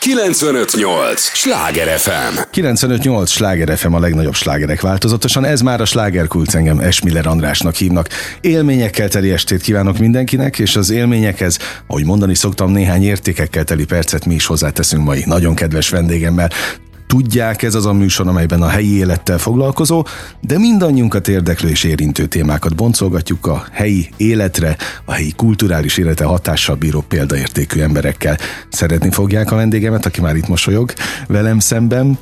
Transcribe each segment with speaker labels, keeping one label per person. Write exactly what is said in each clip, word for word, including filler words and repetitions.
Speaker 1: kilencvenöt nyolc Sláger ef em.
Speaker 2: kilencvenöt nyolc Sláger ef em, a legnagyobb slágerek változatosan. Ez már a Slágerkult, engem Esmiller Andrásnak hívnak. Élményekkel teli estét kívánok mindenkinek, és az élményekhez, ahogy mondani szoktam, néhány értékekkel teli percet mi is hozzáteszünk mai nagyon kedves vendégemmel. Tudják, ez az a műsor, amelyben a helyi élettel foglalkozó, de mindannyiunkat érdeklő és érintő témákat boncolgatjuk a helyi életre, a helyi kulturális életre hatással bíró példaértékű emberekkel. Szeretni fogják a vendégemet, aki már itt mosolyog velem szemben,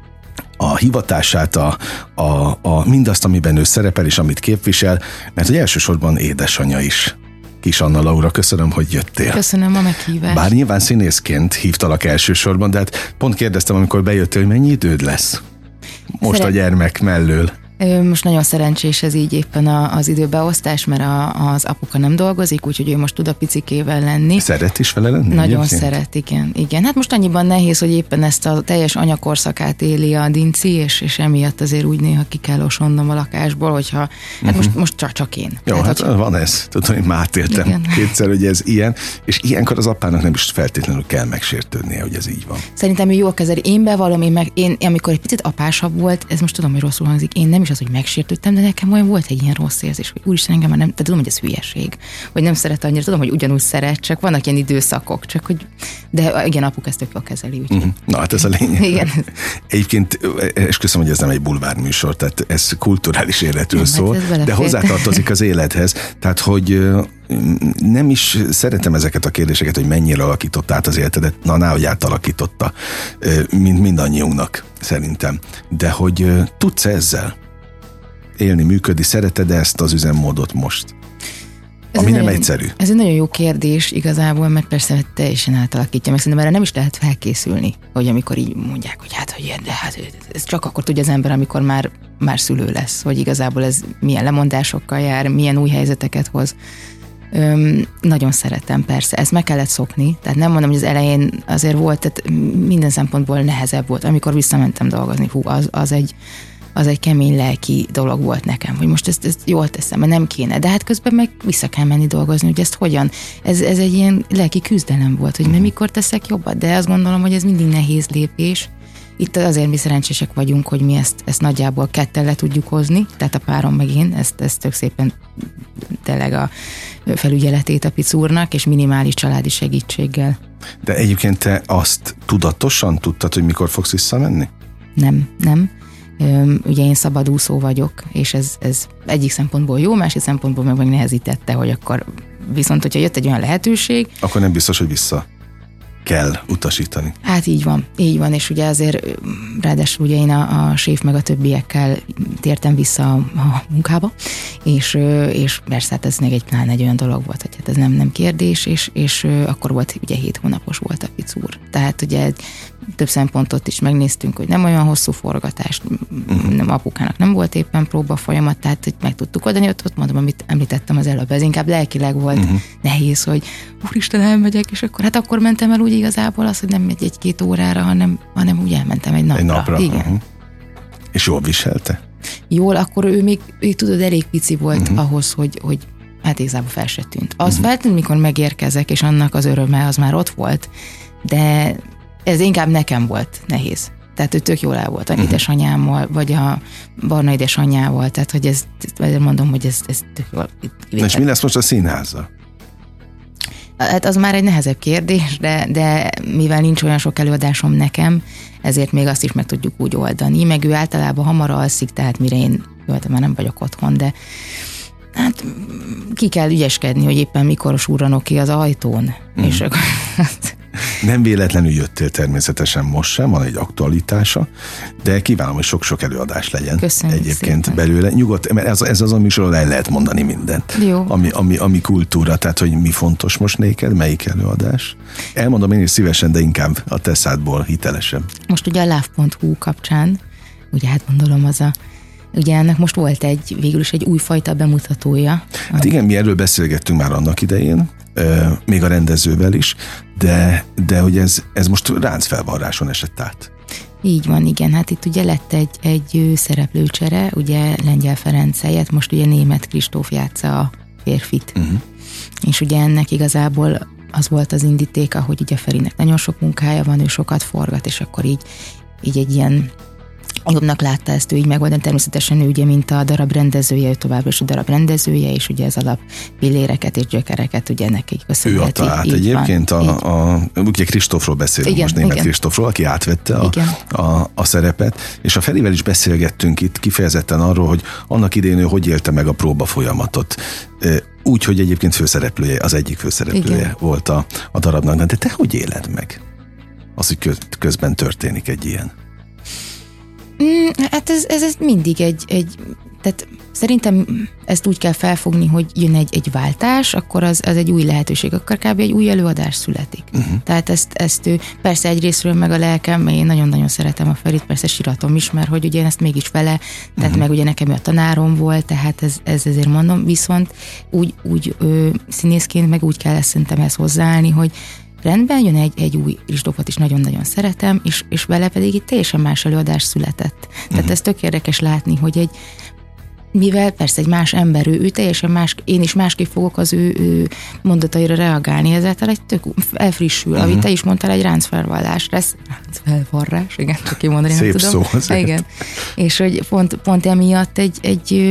Speaker 2: a hivatását, a, a, a mindazt, amiben ő szerepel és amit képvisel, mert hogy elsősorban édesanyja is. Kis Anna Laura, köszönöm, hogy jöttél.
Speaker 3: Köszönöm a meghívást.
Speaker 2: Bár nyilván színészként hívtalak elsősorban, de hát pont kérdeztem, amikor bejöttél, hogy mennyi időd lesz most Szeret... a gyermek mellől.
Speaker 3: Most nagyon szerencsés ez így éppen az időbeosztás, mert a, az apuka nem dolgozik, úgyhogy ő most tud a picikével lenni.
Speaker 2: Szeret is vele lenni?
Speaker 3: Nagyon
Speaker 2: egyébként?
Speaker 3: szeret, igen, igen. Hát most annyiban nehéz, hogy éppen ezt a teljes anyakorszakát éli a Dinci, és, és emiatt azért úgy néha ki kell osonnom a lakásból, hogyha, hát uh-huh. most, most csak, csak én.
Speaker 2: Jó, hát,
Speaker 3: hát hogy...
Speaker 2: van ez. Tudom, hogy már átéltem igen. kétszer, hogy ez ilyen, és ilyenkor az apának nem is feltétlenül kell megsértődnie, hogy ez így van.
Speaker 3: Szerintem ő jól kezeli. Én bevallom, én, meg, én amikor egy picit apásabb volt, ez most tudom, hogy rosszul hangzik, én nem is az, hogy megsértődtem, de nekem olyan volt egy ilyen rossz érzés, hogy úristen, engem már nem, de tudom, hogy ez hülyeség, hogy nem szeret annyira, tudom, hogy ugyanúgy szeret, csak vannak ilyen időszakok, csak hogy, de igen, apuk ezt tök jól kezeli. Úgyhogy. Uh-huh.
Speaker 2: Na hát ez a lényeg.
Speaker 3: Igen.
Speaker 2: Egyébként esküszöm, hogy ez nem egy bulvárműsor, tehát ez kulturális életről
Speaker 3: nem,
Speaker 2: szól,
Speaker 3: hát
Speaker 2: de hozzátartozik az élethez, tehát hogy nem is szeretem ezeket a kérdéseket, hogy mennyire alakított át az életedet, na ná, hogy átalakította, mint mindannyiunknak szerintem, de hogy tudsz ezzel élni, működni, szereted ezt az üzemmódot most?
Speaker 3: Ez
Speaker 2: ami nem
Speaker 3: nagyon,
Speaker 2: egyszerű.
Speaker 3: Ez egy nagyon jó kérdés igazából, mert persze teljesen átalakítja, meg szerintem erre nem is lehet felkészülni, hogy amikor így mondják, hogy hát, hogy ilyen, de hát ez csak akkor tudja az ember, amikor már, már szülő lesz, hogy igazából ez milyen lemondásokkal jár, milyen új helyzeteket hoz. Öm, nagyon szeretem, persze, ezt meg kellett szokni, tehát nem mondom, hogy az elején azért volt, tehát minden szempontból nehezebb volt, amikor visszamentem dolgozni, hú, az, az egy az egy kemény lelki dolog volt nekem, hogy most ezt, ezt jól teszem, mert nem kéne, de hát közben meg vissza kell menni dolgozni, hogy ezt hogyan, ez, ez egy ilyen lelki küzdelem volt, hogy mikor teszek jobbat, de azt gondolom, hogy ez mindig nehéz lépés. Itt azért mi szerencsések vagyunk, hogy mi ezt, ezt nagyjából ketten le tudjuk hozni, tehát a párom meg én, ezt, ezt tök szépen tényleg a felügyeletét a picúrnak, és minimális családi segítséggel.
Speaker 2: De egyébként te azt tudatosan tudtad, hogy mikor fogsz visszamenni?
Speaker 3: Nem, nem. Ugye én szabadúszó vagyok, és ez, ez egyik szempontból jó, másik szempontból meg megnehezítette, hogy akkor viszont, hogyha jött egy olyan lehetőség...
Speaker 2: Akkor nem biztos, hogy vissza kell utasítani.
Speaker 3: Hát így van, így van, és ugye azért ráadásul ugye én a, a séf meg a többiekkel tértem vissza a, a munkába, és, és persze hát ez még egy pláne egy olyan dolog volt, hogy hát ez nem, nem kérdés, és, és akkor volt ugye hét hónapos volt a picúr. Tehát ugye több szempontot is megnéztünk, hogy nem olyan hosszú forgatás, uh-huh. nem, apukának nem volt éppen próba folyamat, tehát hogy meg tudtuk oldani, ott, ott mondom, amit említettem az előbb, ez inkább lelkileg volt uh-huh. nehéz, hogy úristen, elmegyek, és akkor hát akkor mentem el úgy igazából az, hogy nem egy, egy-két órára, hanem, hanem úgy elmentem egy napra.
Speaker 2: Egy napra.
Speaker 3: Igen.
Speaker 2: Uh-huh. És jól viselte?
Speaker 3: Jól, akkor ő még, még tudod, elég pici volt uh-huh. ahhoz, hogy, hogy hát igazából fel se tűnt. Az uh-huh. feltűnt, mikor megérkezek, és annak az öröme az már ott volt, de ez inkább nekem volt nehéz. Tehát ő tök jól el volt a uh-huh. édesanyámmal, vagy a Barna édesanyjával, tehát hogy ez, mondom, hogy ez, ez tök jól.
Speaker 2: Na és mi lesz most a színházzal?
Speaker 3: Hát az már egy nehezebb kérdés, de, de mivel nincs olyan sok előadásom nekem, ezért még azt is meg tudjuk úgy oldani, meg ő általában hamar alszik, tehát mire én, jó, már nem vagyok otthon, de hát ki kell ügyeskedni, hogy éppen mikor surranok ki az ajtón, mm. és akkor...
Speaker 2: Nem véletlenül jöttél természetesen most sem, van egy aktualitása, de kívánom, hogy sok-sok előadás legyen.
Speaker 3: Köszönjük
Speaker 2: egyébként
Speaker 3: szépen.
Speaker 2: Belőle. Nyugodt, mert ez, ez az a műsorról el lehet mondani mindent.
Speaker 3: Jó.
Speaker 2: Ami, ami, ami kultúra, tehát hogy mi fontos most néked, melyik előadás. Elmondom én is szívesen, de inkább a te szádból hitelesebb.
Speaker 3: Most ugye a love pont hu kapcsán, ugye hát gondolom az a ugye ennek most volt egy, végül is egy újfajta bemutatója.
Speaker 2: Hát igen, mi erről beszélgettünk már annak idején, még a rendezővel is, de, de hogy ez, ez most ráncfelvarráson esett át.
Speaker 3: Így van, igen. Hát itt ugye lett egy, egy szereplőcsere, ugye Lengyel Ferenc helyett, most ugye Németh Kristóf játsza a férfit. Uh-huh. És ugye ennek igazából az volt az indítéka, hogy ugye Ferinek nagyon sok munkája van, ő sokat forgat, és akkor így, így egy ilyen jobbnak látta ezt ő így megoldani. Természetesen ő ugye, mint a darab rendezője, ő továbbra is a darab rendezője, és ugye az alap pilléreket és gyökereket ugye neki köszönheti.
Speaker 2: Ő adta át egyébként van, a, a, ugye Kristófról beszélünk igen, most, német Kristófról, aki átvette a, a, a szerepet, és a Ferivel is beszélgettünk itt kifejezetten arról, hogy annak idején ő hogy élte meg a próba folyamatot. Úgy, hogy egyébként főszereplője, az egyik főszereplője igen. volt a, a darabnak. De te hogy éled meg? Az, hogy közben történik egy ilyen.
Speaker 3: Mm, hát ez, ez, ez mindig egy, egy, tehát szerintem ezt úgy kell felfogni, hogy jön egy, egy váltás, akkor az, az egy új lehetőség, akkor kb. Egy új előadás születik. Uh-huh. Tehát ezt, ezt ő, persze egyrésztről meg a lelkem, mert én nagyon-nagyon szeretem a Ferit, persze síratom is, mert hogy ugye én ezt mégis vele, tehát uh-huh. meg ugye nekem ő a tanárom volt, tehát ez, ez ezért mondom, viszont úgy, úgy ö, színészként meg úgy kell ezt szerintem ezt hozzáállni, hogy rendben, jön egy, egy új Kristófot is nagyon-nagyon szeretem, és, és vele pedig itt teljesen más előadás született. Tehát uh-huh. ez tök érdekes látni, hogy egy, mivel persze egy más ember, ő, ő teljesen más, én is másképp fogok az ő, ő mondataira reagálni, ezáltal egy tök elfrissül, uh-huh. amit te is mondtál, egy ráncfelvallás lesz, ráncfelvarrás, igen, csak én mondani,
Speaker 2: szép
Speaker 3: nem
Speaker 2: szó,
Speaker 3: tudom.
Speaker 2: Szép.
Speaker 3: Igen. És hogy pont, pont emiatt egy, egy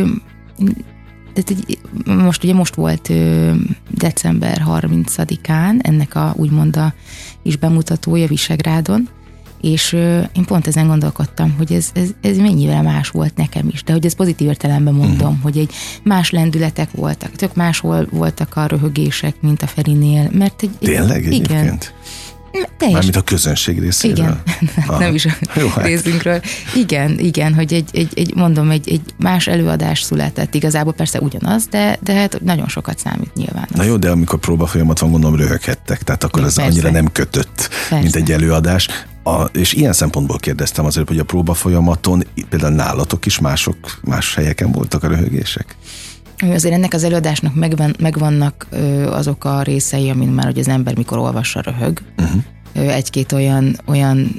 Speaker 3: tehát egy, most ugye most volt ö, december harmincadikán ennek a úgymond a is bemutatója Visegrádon, és ö, én pont ezen gondolkodtam, hogy ez, ez, ez mennyivel más volt nekem is, de hogy ez pozitív értelemben mondom, uh-huh. hogy egy más lendületek voltak, tök máshol voltak a röhögések, mint a Ferinél, mert egy...
Speaker 2: Tényleg
Speaker 3: igen,
Speaker 2: egyébként?
Speaker 3: Teljes.
Speaker 2: Mármint a közönség részéről?
Speaker 3: Igen, ah. nem is a Jó, részünkről. Igen, igen, hogy egy, egy, egy mondom, egy, egy más előadás született. Igazából persze ugyanaz, de, de hát nagyon sokat számít nyilván.
Speaker 2: Na jó, de amikor próba folyamat van, gondolom röhöghettek, tehát akkor ez persze. annyira nem kötött, persze. mint egy előadás. A, és ilyen szempontból kérdeztem azért, hogy a próba folyamaton például nálatok is mások, más helyeken voltak a röhögések?
Speaker 3: Azért ennek az előadásnak megvan, megvannak ö, azok a részei, amin már hogy az ember mikor olvassa röhög. Uh-huh. Ö, egy-két olyan, olyan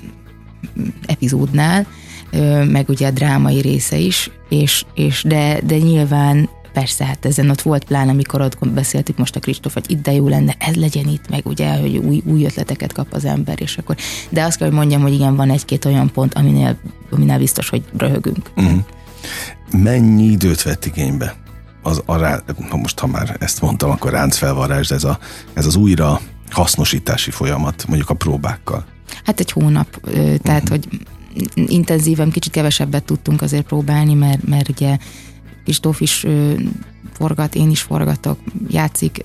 Speaker 3: epizódnál, ö, meg ugye a drámai része is, és, és de, de nyilván persze, hát ezen ott volt plán, amikor ott beszéltük most a Kristóf, hogy itt de jó lenne, ez legyen itt, meg ugye, hogy új, új ötleteket kap az ember, és akkor, de azt kell, hogy mondjam, hogy igen, van egy-két olyan pont, aminél, aminél biztos, hogy röhögünk.
Speaker 2: Uh-huh. Mennyi időt vett igénybe? Az, a rá, most ha már ezt mondtam, akkor ráncfelvarrás, de ez, a, ez az újra hasznosítási folyamat, mondjuk a próbákkal.
Speaker 3: Hát egy hónap, tehát, uh-huh. hogy intenzíven, kicsit kevesebbet tudtunk azért próbálni, mert, mert ugye Kristóf is forgat, én is forgatok, játszik,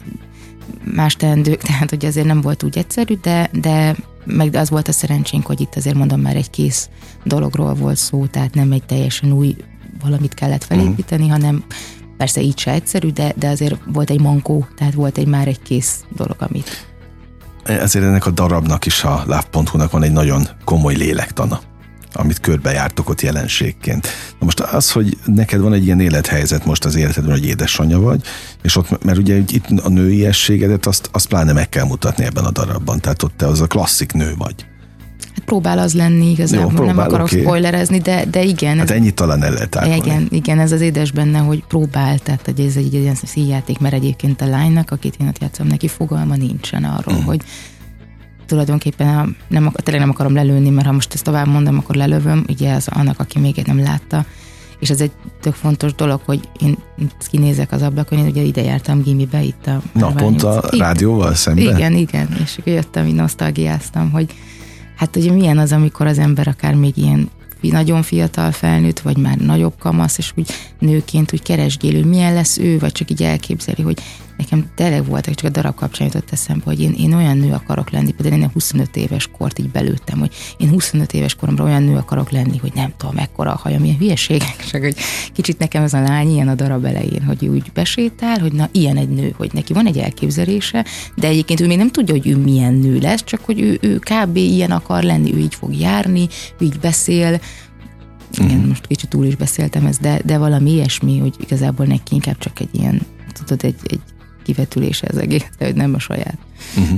Speaker 3: más teendők, tehát hogy azért nem volt úgy egyszerű, de, de meg az volt a szerencsénk, hogy itt azért mondom, már egy kész dologról volt szó, tehát nem egy teljesen új valamit kellett felépíteni, uh-huh. hanem persze így se egyszerű, de, de azért volt egy mankó, tehát volt egy már egy kész dolog, amit...
Speaker 2: Ezért ennek a darabnak is, a láv pont hu-nak van egy nagyon komoly lélektana, amit körbejártok ott jelenségként. Na most az, hogy neked van egy ilyen élethelyzet most az életedben, hogy édesanyja vagy, és ott, mert ugye itt a nőiességedet, azt, azt pláne meg kell mutatni ebben a darabban, tehát ott te az a klasszik nő vagy.
Speaker 3: Hát próbál az lenni igazából, Jó, próbál, nem akarok okay. spoilerezni, de, de igen.
Speaker 2: Hát ez, ennyit talán el lehet árulni.
Speaker 3: Igen, igen, ez az édes benne, hogy próbál, tehát hogy ez egy ilyen színjáték, mert egyébként a lánynak, akit én ott játszom, neki fogalma nincsen arról, uh-huh. hogy tulajdonképpen a, nem, tényleg nem akarom lelőni, mert ha most ezt tovább mondom, akkor lelövöm, ugye az annak, aki még nem látta, és ez egy tök fontos dolog, hogy én kinézek az ablakon, én ugye ide jártam gimibe, itt a...
Speaker 2: Na, pont a itt, rádióval szemben?
Speaker 3: Igen, igen, és jöttem, így nosztalgiáztam, hogy hát ugye milyen az, amikor az ember akár még ilyen nagyon fiatal felnőtt, vagy már nagyobb kamasz, és úgy nőként úgy keresgélő, milyen lesz ő, vagy csak így elképzeli, hogy nekem tényleg voltak, csak a darab kapcsán jutott eszembe, hogy én, én olyan nő akarok lenni, például én huszonöt éves kort így belőttem, hogy én huszonöt éves koromra olyan nő akarok lenni, hogy nem tudom, mekkora a hajam, ilyen hülyeségek, csak hogy kicsit nekem ez a lány ilyen a darab elején, hogy úgy besétál, hogy na, ilyen egy nő, hogy neki van egy elképzelése, de egyébként ő még nem tudja, hogy ő milyen nő lesz, csak hogy ő, ő kb. Ilyen akar lenni, ő így fog járni, ő így beszél. Igen, mm. most kicsit túl is beszéltem ezt, de, de valami ilyesmi, hogy igazából neki inkább csak egy ilyen, tudod, egy, egy kivetülése az egész, de hogy nem a saját.
Speaker 2: Uh-huh.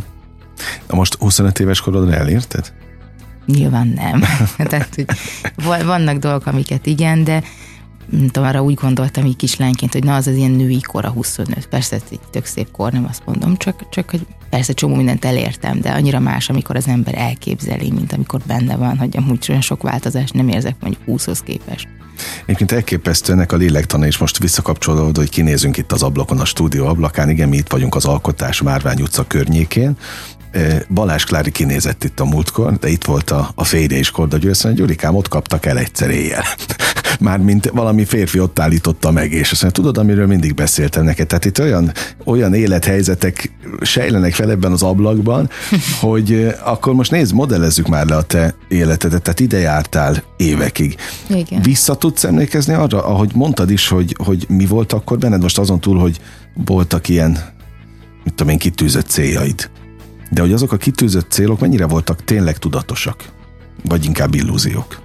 Speaker 2: Na most huszonöt éves korodra elérted?
Speaker 3: Nyilván nem. Tehát, hogy vannak dolgok, amiket igen, de tudom, arra úgy gondoltam így kislányként, hogy na az az ilyen női kor, a huszonöt. Persze ez egy tök szép kor, nem azt mondom, csak, csak hogy persze csomó mindent elértem, de annyira más, amikor az ember elképzeli, mint amikor benne van, hogy amúgy olyan sok változást nem érzek mondjuk húszhoz képest.
Speaker 2: Egyébként elképesztő ennek a lélektana, és most visszakapcsolódva, hogy kinézünk itt az ablakon, a stúdió ablakán, igen, mi itt vagyunk az Alkotás Márvány utca környékén. Balázs Klári kinézett itt a múltkor, de itt volt a, a férje is, Korda György, azt mondja, Gyurikám, ott kaptak el egyszer éjjel. Mármint valami férfi ott állította meg, és azt mondja, tudod, amiről mindig beszéltem neked, tehát itt olyan, olyan élethelyzetek sejlenek fel ebben az ablakban, hogy akkor most nézd, modellezzük már le a te életedet, tehát ide jártál évekig.
Speaker 3: Igen.
Speaker 2: Vissza tudsz emlékezni arra, ahogy mondtad is, hogy, hogy mi volt akkor benned, most azon túl, hogy voltak ilyen, mit tudom én, kitűzött céljaid. De hogy azok a kitűzött célok mennyire voltak tényleg tudatosak? Vagy inkább illúziók?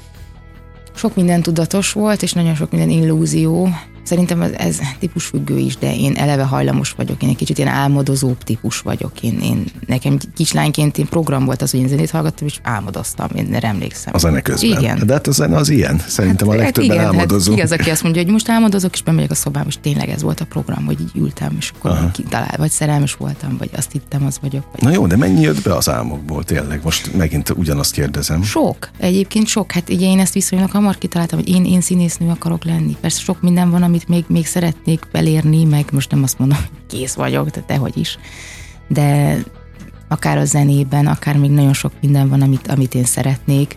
Speaker 3: Sok minden tudatos volt, és nagyon sok minden illúzió. Szerintem ez, ez típusfüggő is, de én eleve hajlamos vagyok, én egy kicsit ilyen álmodozóbb típus vagyok. Én, én, nekem kislányként én program volt az, hogy én zenét hallgattam, és álmodoztam, én erre emlékszem.
Speaker 2: A zene közben.
Speaker 3: Igen.
Speaker 2: De hát a zene az ilyen. Szerintem hát, a legtöbben hát igen, álmodozunk.
Speaker 3: Hát igaz, aki azt mondja, hogy most álmodozok, és bemegyek a szobába, és tényleg ez volt a program, hogy így ültem, és akkor talál, vagy szerelmes voltam, vagy azt hittem, az vagyok. Vagy...
Speaker 2: Na jó, de mennyi jött be az álmokból tényleg? Most megint ugyanazt kérdezem.
Speaker 3: Sok. Egyébként sok. Hát ugye én ezt viszonylag hamar kitaláltam, hogy én, én színésznő akarok lenni. Persze sok minden van, amit még még szeretnék elérni, meg most nem azt mondom, hogy kész vagyok, de dehogy is. De akár a zenében, akár még nagyon sok minden van, amit, amit én szeretnék.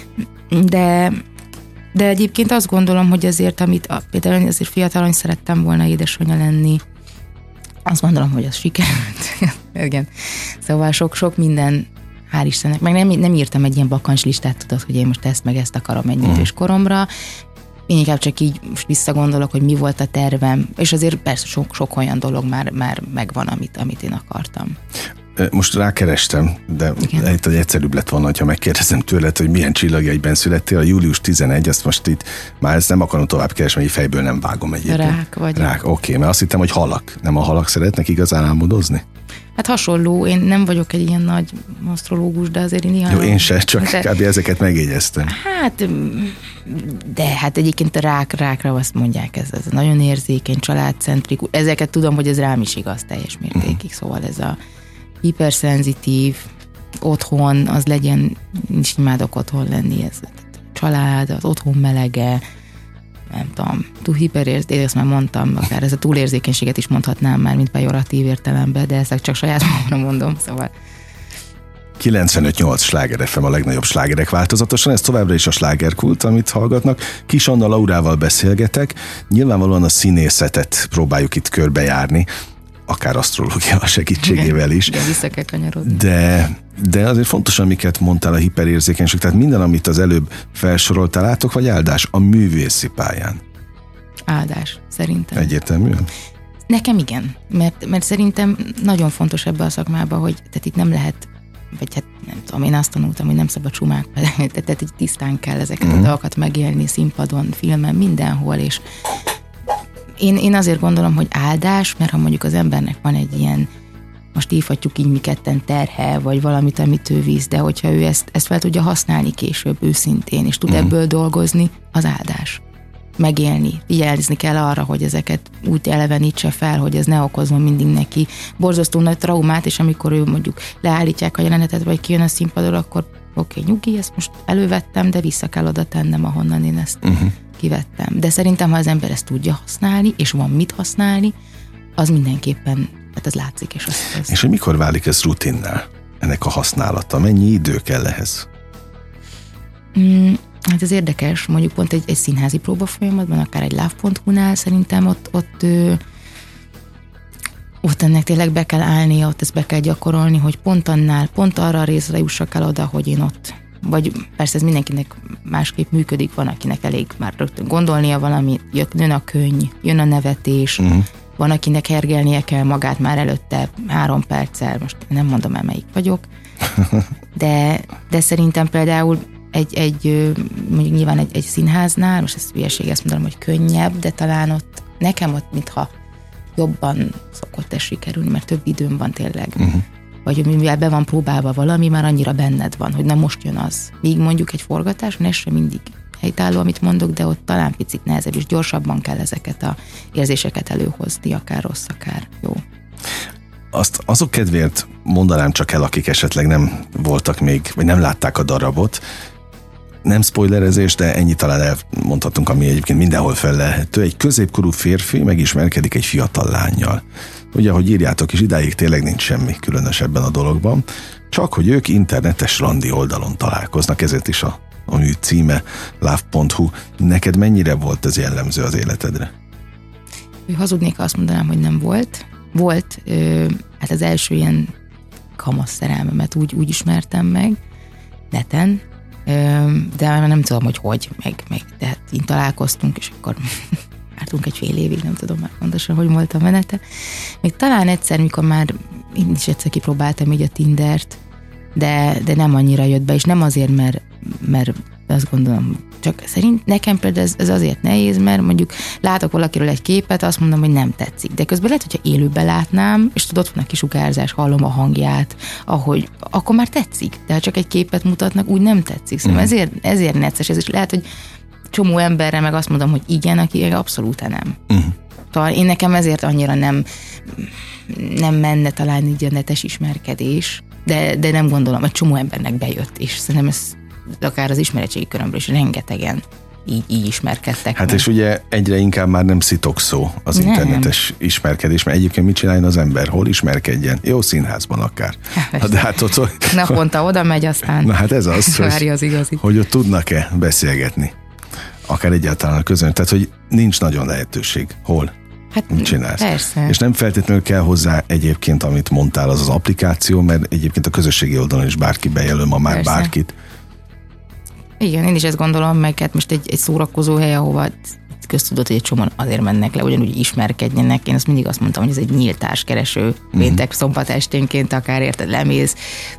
Speaker 3: De, de egyébként azt gondolom, hogy azért, amit például azért fiatalon szerettem volna édesanyja lenni, azt gondolom, hogy az sikerült. Igen. Szóval sok-sok minden, hál' Istennek. Meg nem, nem írtam egy ilyen bakancslistát, tudod, hogy én most ezt meg ezt akarom egy idős uh. koromra. Én inkább csak így most visszagondolok, hogy mi volt a tervem, és azért persze sok, sok olyan dolog már, már megvan, amit, amit én akartam.
Speaker 2: Most rákerestem, de itt egyszerűbb lett volna, ha megkérdezem tőled, hogy milyen csillagjegyben születtél. A július tizenegy, azt most itt már ezt nem akarom tovább keresni, mert fejből nem vágom egyébként.
Speaker 3: Rák vagy.
Speaker 2: Rák, oké, okay, mert azt hittem, hogy halak. Nem a halak szeretnek igazán álmodozni?
Speaker 3: Hát hasonló, én nem vagyok egy ilyen nagy asztrológus, de azért én ilyen...
Speaker 2: Jó, én se, csak de... kb. Ezeket megjegyeztem.
Speaker 3: Hát, de hát egyébként a rák, rákra azt mondják, ez, ez nagyon érzékeny, családcentrikus, ezeket tudom, hogy ez rám is igaz teljes mértékig, uh-huh. Szóval ez a hiperszenzitív, otthon, az legyen, nincs imádok otthon lenni, ez család, az otthon melege, nem tudom, túl hiperérzékeny, ezt már mondtam, akár ez a túlérzékenységet is mondhatnám már, mint pejoratív értelemben, de ezt csak saját magamra mondom, szóval.
Speaker 2: kilencvenöt nyolc Sláger ef em a legnagyobb slágerek változatosan, ez továbbra is a slágerkult, amit hallgatnak. Kis Anna Laurával beszélgetek, nyilvánvalóan a színészetet próbáljuk itt körbejárni, akár asztrológia segítségével is.
Speaker 3: Igen, vissza kell kanyarodni.
Speaker 2: De, de azért fontos, amiket mondtál, a hiperérzékenység, tehát minden, amit az előbb felsoroltál, átok vagy áldás a művészi pályán?
Speaker 3: Áldás, szerintem.
Speaker 2: Egyértelműen?
Speaker 3: Nekem igen, mert, mert szerintem nagyon fontos ebbe a szakmába, hogy tehát itt nem lehet, vagy hát nem tudom, én azt tanultam, hogy nem szabad csumák, tehát, tehát így tisztán kell ezeket uh-huh. a dolgokat megélni színpadon, filmen, mindenhol, és Én, én azért gondolom, hogy áldás, mert ha mondjuk az embernek van egy ilyen, most írhatjuk így mi ketten terhe, vagy valamit, amit ő víz, de hogyha ő ezt, ezt fel tudja használni később őszintén, és tud mm. ebből dolgozni, az áldás. Megélni, figyelni kell arra, hogy ezeket úgy elevenítse fel, hogy ez ne okozzon mindig neki borzasztó nagy traumát, és amikor ő mondjuk leállítják a jelenetet, vagy kijön a színpadon, akkor oké, okay, nyugi, ezt most elővettem, de vissza kell oda tennem, ahonnan én ezt uh-huh. kivettem. De szerintem, ha az ember ezt tudja használni, és van mit használni, az mindenképpen, hát ez látszik. És, az, az...
Speaker 2: és hogy mikor válik ez rutinnál, ennek a használata? Mennyi idő kell ehhez?
Speaker 3: Mm, hát ez érdekes, mondjuk pont egy, egy színházi próba folyamatban, akár egy love pont hu-nál szerintem ott, ott, ö, ott ennek tényleg be kell állnia, ott ezt be kell gyakorolni, hogy pont annál, pont arra a részre jussak el oda, hogy én ott, vagy persze ez mindenkinek másképp működik, van, akinek elég már rögtön gondolnia valamit, jön a könny, jön a nevetés, uh-huh. van, akinek hergelnie kell magát már előtte három perccel, most nem mondom el, melyik vagyok, de, de szerintem például egy, egy mondjuk nyilván egy, egy színháznál, most ez hülyeség, ezt mondom, hogy könnyebb, de talán ott nekem ott, mintha jobban szokott ez sikerülni, mert több időm van tényleg. Uh-huh. Vagy mivel be van próbálva valami, már annyira benned van, hogy na most jön az. Míg mondjuk egy forgatás, ez sem mindig helytálló, amit mondok, de ott talán picit nehezebb, és gyorsabban kell ezeket a érzéseket előhozni, akár rossz, akár jó.
Speaker 2: Azt azok kedvéért mondanám csak el, akik esetleg nem voltak még, vagy nem látták a darabot. Nem spoilerezés, de ennyit talán elmondhatunk, ami egyébként mindenhol felelhető. Egy középkorú férfi megismerkedik egy fiatal lánnyal. Ugye, ahogy írjátok is, idáig tényleg nincs semmi különös ebben a dologban, csak hogy ők internetes randi oldalon találkoznak, ezért is a, a mű címe love pont hu. Neked mennyire volt ez jellemző az életedre?
Speaker 3: Hazudnék, azt mondanám, hogy nem volt. Volt, ö, hát az első ilyen kamasz szerelmemet úgy, úgy ismertem meg neten, ö, de már nem tudom, hogy hogy, meg, meg de hát így találkoztunk, és akkor jártunk egy fél évig, nem tudom már pontosan, hogy volt a menete. Még talán egyszer, mikor már én is egyszer kipróbáltam így a Tindert, de, de nem annyira jött be, és nem azért, mert, mert azt gondolom, csak szerint nekem például ez, ez azért nehéz, mert mondjuk látok valakiről egy képet, azt mondom, hogy nem tetszik. De közben lehet, hogyha élőben látnám, és tudod, van a kisugárzás, hallom a hangját, ahogy, akkor már tetszik. De ha csak egy képet mutatnak, úgy nem tetszik. Szóval mm. ezért, ezért necces ez, és lehet, hogy csomó emberre meg azt mondom, hogy igen, aki abszolút nem. Mm. Talán én nekem ezért annyira nem, nem menne talán így a netes ismerkedés, de, de nem gondolom, hogy csomó embernek bejött, és szerintem ez akár az ismeretségi körömből is rengetegen így, így ismerkedtek.
Speaker 2: Hát
Speaker 3: meg. És
Speaker 2: ugye egyre inkább már nem szitokszó az nem. internetes ismerkedés, mert egyébként mit csináljon az ember? Hol ismerkedjen? Jó, színházban akár. Hát, de hát ott, hogy...
Speaker 3: Naponta oda megy, aztán
Speaker 2: na hát ez az, hogy,
Speaker 3: az igazi.
Speaker 2: hogy ott tudnak-e beszélgetni. Akár egyáltalán a közön. Tehát, hogy nincs nagyon lehetőség. Hol?
Speaker 3: Hát
Speaker 2: mit csinálsz?
Speaker 3: Persze.
Speaker 2: És nem feltétlenül kell hozzá egyébként, amit mondtál, az az applikáció, mert egyébként a közösségi oldalon is bárki bejelöl ma már persze. bárkit.
Speaker 3: Igen, én is ezt gondolom, meg hát most egy, egy szórakozó hely, ahova köztudott, hogy egy csomóan azért mennek le, ugyanúgy ismerkedjenek. Én azt mindig azt mondtam, hogy ez egy nyílt társkereső. Mm-hmm. Péntek, szombat esténként akár érted, lemész,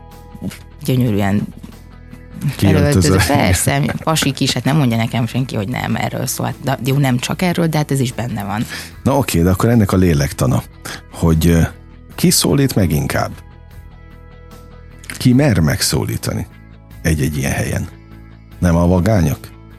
Speaker 3: gyönyörűen felöltöző. Persze, pasik is, hát nem mondja nekem senki, hogy nem erről szól. De jó, nem csak erről, de hát ez is benne van.
Speaker 2: Na oké, de akkor ennek a lélektana, hogy ki szólít meg inkább? Ki mer megszólítani egy-egy ilyen helyen? Nem a vagányok?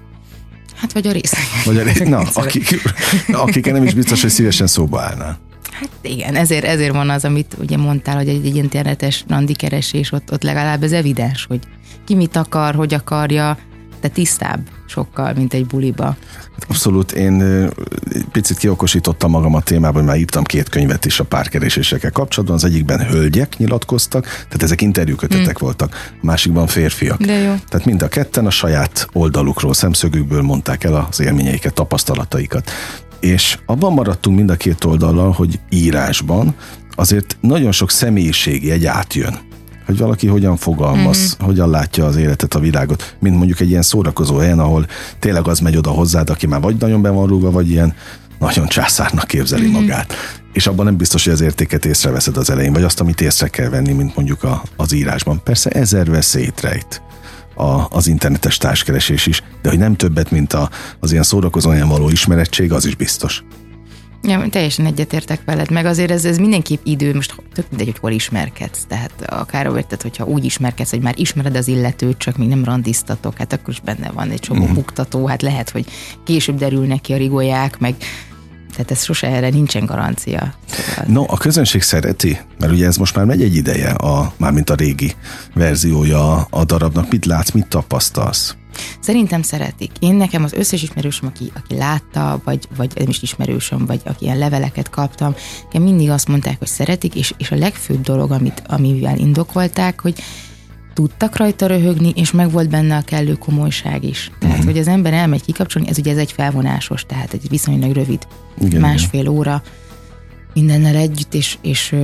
Speaker 3: Hát vagy a részek.
Speaker 2: Vagy a részek. Na, akik, akik nem is biztos, hogy szívesen szóba állnál.
Speaker 3: Hát igen, ezért, ezért van az, amit ugye mondtál, hogy egy, egy internetes randi keresés, ott, ott legalább ez evidens, hogy ki mit akar, hogy akarja, de tisztább sokkal, mint egy buliba.
Speaker 2: Abszolút, én picit kiokosítottam magam a témában, hogy már írtam két könyvet is a párkeresésekkel kapcsolatban, az egyikben hölgyek nyilatkoztak, tehát ezek interjúkötetek mm. voltak, a másikban férfiak.
Speaker 3: De jó.
Speaker 2: Tehát mind a ketten a saját oldalukról, szemszögükből mondták el az élményeiket, tapasztalataikat. És abban maradtunk mind a két oldallal, hogy írásban azért nagyon sok személyiségi egy átjön. Hogy valaki hogyan fogalmaz, mm-hmm. hogyan látja az életet, a világot, mint mondjuk egy ilyen szórakozó helyen, ahol tényleg az megy oda hozzád, aki már vagy nagyon be van rúgva, vagy ilyen nagyon császárnak képzeli mm-hmm. magát. És abban nem biztos, hogy az értéket észreveszed az elején, vagy azt, amit észre kell venni, mint mondjuk a, az írásban. Persze ezer veszélyt rejt a, az internetes társkeresés is, de hogy nem többet, mint a, az ilyen szórakozó helyen való ismerettség, az is biztos.
Speaker 3: Ja, teljesen egyetértek veled, meg azért ez, ez mindenképp idő, most tök mindegy, hogy hol ismerkedsz, tehát akár érted, hogyha úgy ismerkedsz, hogy már ismered az illetőt, csak még nem randiztatok, hát akkor is benne van egy csomó mm. buktató, hát lehet, hogy később derülnek ki a rigóják, meg tehát ez sose erre nincsen garancia. Szóval
Speaker 2: no, a közönség szereti, mert ugye ez most már megy egy ideje, a, mármint a régi verziója a, a darabnak. Mit látsz, mit tapasztalsz?
Speaker 3: Szerintem szeretik. Én nekem az összes ismerősöm, aki, aki látta, vagy, vagy nem is ismerősöm, vagy aki ilyen leveleket kaptam, nekem mindig azt mondták, hogy szeretik, és, és a legfőbb dolog, amit, amivel indokolták, hogy tudtak rajta röhögni, és meg volt benne a kellő komolyság is. Tehát, mm-hmm. hogy az ember elmegy kikapcsolni, ez ugye ez egy felvonásos, tehát egy viszonylag rövid, igen, másfél igen. óra mindennel együtt, és, és,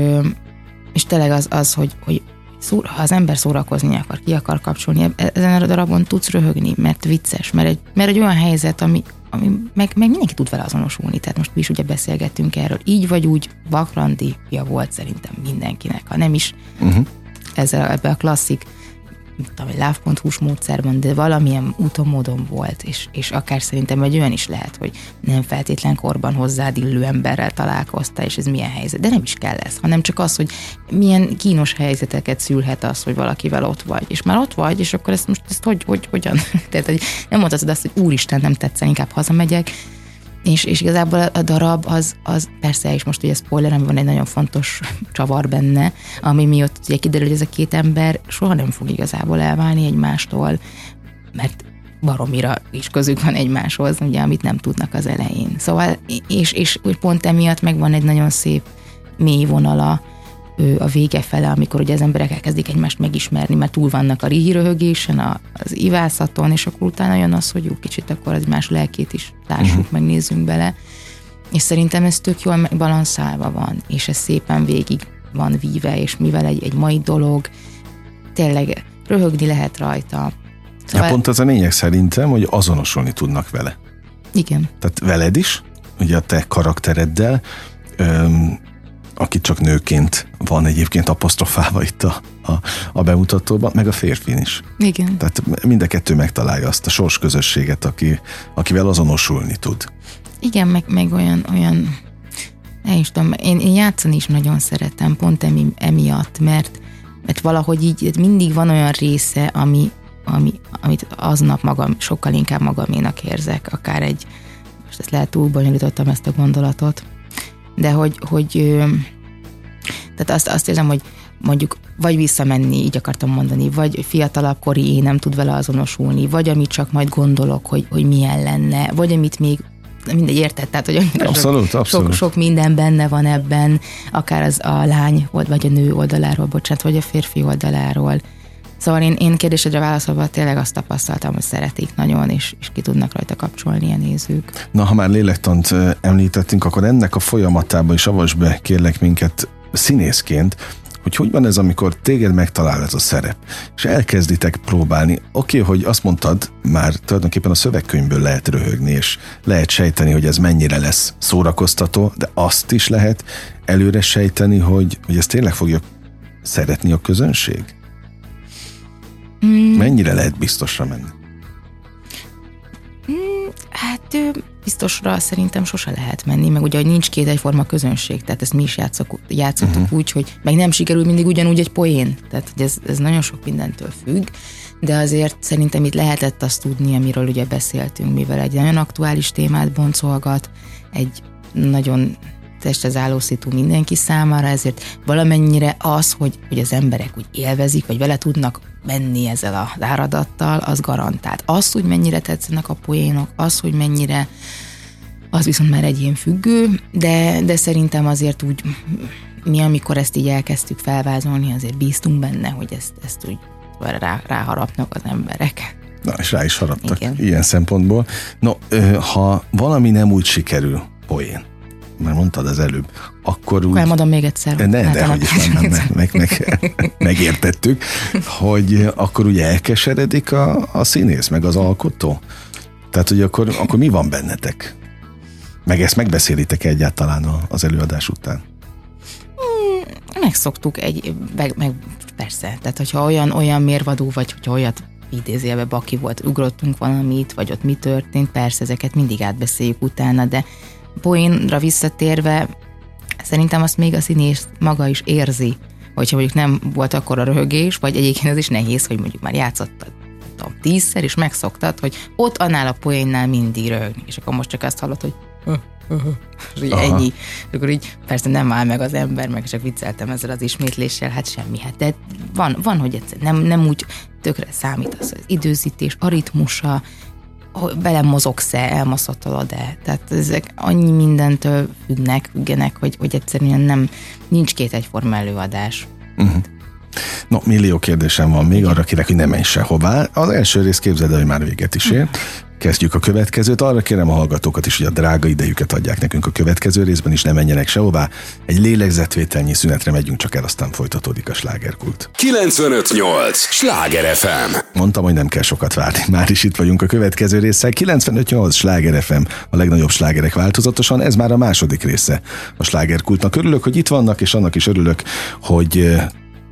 Speaker 3: és tényleg az, az hogy, hogy szó, ha az ember szórakozni akar, ki akar kapcsolni, ezen a darabon tudsz röhögni, mert vicces, mert egy, mert egy olyan helyzet, ami, ami meg, meg mindenki tud vele azonosulni, tehát most mi is ugye beszélgettünk erről, így vagy úgy, vakrandia volt szerintem mindenkinek, ha nem is uh-huh. ezzel ebbe a klasszik tudom, love pont hu-s módszerben, de valamilyen úton, módon volt, és, és akár szerintem egy olyan is lehet, hogy nem feltétlen korban hozzád illő emberrel találkoztál, és ez milyen helyzet, de nem is kell ez, hanem csak az, hogy milyen kínos helyzeteket szülhet az, hogy valakivel ott vagy, és már ott vagy, és akkor ezt most ezt hogy, hogy, hogyan? Tehát, hogy nem mondhatod azt, hogy úristen, nem tetszel, inkább hazamegyek, és, és igazából a darab az, az persze is most ugye spoiler, ami van egy nagyon fontos csavar benne, ami miatt ugye kiderül, hogy ez a két ember soha nem fog igazából elválni egymástól, mert baromira is közük van egymáshoz, ugye, amit nem tudnak az elején. Szóval, és, és pont emiatt megvan egy nagyon szép mély vonala a vége fele, amikor ugye az emberek elkezdik egymást megismerni, mert túl vannak a rihiröhögésen, az ivászaton, és akkor utána jön az, hogy jó, kicsit akkor az más lelkét is lássuk, uh-huh. megnézzünk bele. És szerintem ez tök jól balanszálva van, és ez szépen végig van víve, és mivel egy, egy mai dolog, tényleg röhögni lehet rajta.
Speaker 2: Szóval... Ja, pont az a lényeg szerintem, hogy azonosulni tudnak vele.
Speaker 3: Igen.
Speaker 2: Tehát veled is, ugye a te karaktereddel, öm, aki csak nőként van egyébként apostrofálva itt a, a, a bemutatóban, meg a férfin is.
Speaker 3: Igen.
Speaker 2: Tehát mind a kettő megtalálja azt a sorsközösséget, aki, akivel azonosulni tud.
Speaker 3: Igen, meg, meg olyan, olyan nem is tudom, én, én játszani is nagyon szeretem, pont emi, emiatt, mert, mert valahogy így mindig van olyan része, ami, ami, amit aznap magam, sokkal inkább magaménak érzek, akár egy, most ezt lehet túlbonyolítottam ezt a gondolatot, de hogy, hogy tehát azt, azt érzem, hogy mondjuk vagy visszamenni, így akartam mondani, vagy fiatalabb kori én nem tud vele azonosulni, vagy amit csak majd gondolok, hogy, hogy milyen lenne, vagy amit még mindegy, érted? Tehát, hogy
Speaker 2: abszolút,
Speaker 3: sok,
Speaker 2: abszolút.
Speaker 3: Sok, sok minden benne van ebben, akár az a lány, vagy a nő oldaláról, bocsánat, vagy a férfi oldaláról. Szóval én, én kérdésedre válaszolva tényleg azt tapasztaltam, hogy szeretik nagyon, és, és ki tudnak rajta kapcsolni a nézők.
Speaker 2: Na, ha már lélektant említettünk, akkor ennek a folyamatában is avasd be, kérlek minket színészként, hogy hogy van ez, amikor téged megtalál ez a szerep, és elkezditek próbálni. Oké, okay, hogy azt mondtad, már tulajdonképpen a szövegkönyvből lehet röhögni, és lehet sejteni, hogy ez mennyire lesz szórakoztató, de azt is lehet előre sejteni, hogy, hogy ez tényleg fogja szeretni a közönség? Mm. Mennyire lehet biztosra menni?
Speaker 3: Mm, hát biztosra szerintem sose lehet menni, meg ugye, hogy nincs két egyforma közönség, tehát ezt mi is játszok, játszottuk uh-huh. úgy, hogy meg nem sikerül mindig ugyanúgy egy poén, tehát hogy ez, ez nagyon sok mindentől függ, de azért szerintem itt lehetett azt tudni, amiről ugye beszéltünk, mivel egy nagyon aktuális témát boncolgat, egy nagyon testes álló szitu mindenki számára, ezért valamennyire az, hogy, hogy az emberek úgy élvezik, vagy vele tudnak menni ezzel az áradattal, az garantált. Az, hogy mennyire tetszenek a poénok, az, hogy mennyire, az viszont már egyén függő, de, de szerintem azért úgy, mi amikor ezt így elkezdtük felvázolni, azért bíztunk benne, hogy ezt, ezt úgy rá, ráharapnak az emberek.
Speaker 2: Na, és rá is haraptak. Igen. Ilyen szempontból. No, ha valami nem úgy sikerül, poén, már mondtad az előbb, akkor úgy...
Speaker 3: Elmondom még egyszer.
Speaker 2: Ne, de hogy is nem, nem, meg, meg, megértettük, hogy akkor ugye elkeseredik a, a színész, meg az alkotó. Tehát, hogy akkor, akkor mi van bennetek? Meg ezt megbeszélitek egyáltalán az előadás után?
Speaker 3: Megszoktuk egy, meg, meg persze, tehát hogyha olyan, olyan mérvadó vagy, hogyha olyat idézélve baki volt, ugrottunk valamit, vagy ott mi történt, persze ezeket mindig átbeszéljük utána, de poénra visszatérve, szerintem azt még a színész maga is érzi, hogyha mondjuk nem volt akkora röhögés, vagy egyébként az is nehéz, hogy mondjuk már játszottad tudom, tízszer, és megszoktad, hogy ott annál a poénnál mindig röhögni, és akkor most csak azt hallod, hogy és így ennyi. És akkor így persze nem áll meg az ember, meg csak vicceltem ezzel az ismétléssel, hát semmi. Hát de van, van hogy egyszer nem, nem úgy tökre számít az, az időzítés, a ritmusa, belemozogsz-e, elmaszatolod-e. Tehát ezek annyi mindentől függnek, függenek, hogy, hogy egyszerűen nem, nincs két egyforma előadás.
Speaker 2: Uh-huh. No, millió kérdésem van még, arra kérek, hogy ne menj sehová. Az első rész képzeld el, hogy már véget is ér. Kezdjük a következőt. Arra kérem a hallgatókat is, hogy a drága idejüket adják nekünk a következő részben, is ne menjenek sehová. Egy lélegzetvételnyi szünetre megyünk csak el, aztán folytatódik a slágerkult.
Speaker 1: kilencvenöt nyolc Sláger ef em.
Speaker 2: Mondtam, hogy nem kell sokat várni. Már is itt vagyunk a következő résszel. kilencvenöt nyolc Sláger ef em, a legnagyobb slágerek változatosan. Ez már a második része a slágerkultnak. Örülök, hogy itt vannak, és annak is örülök, hogy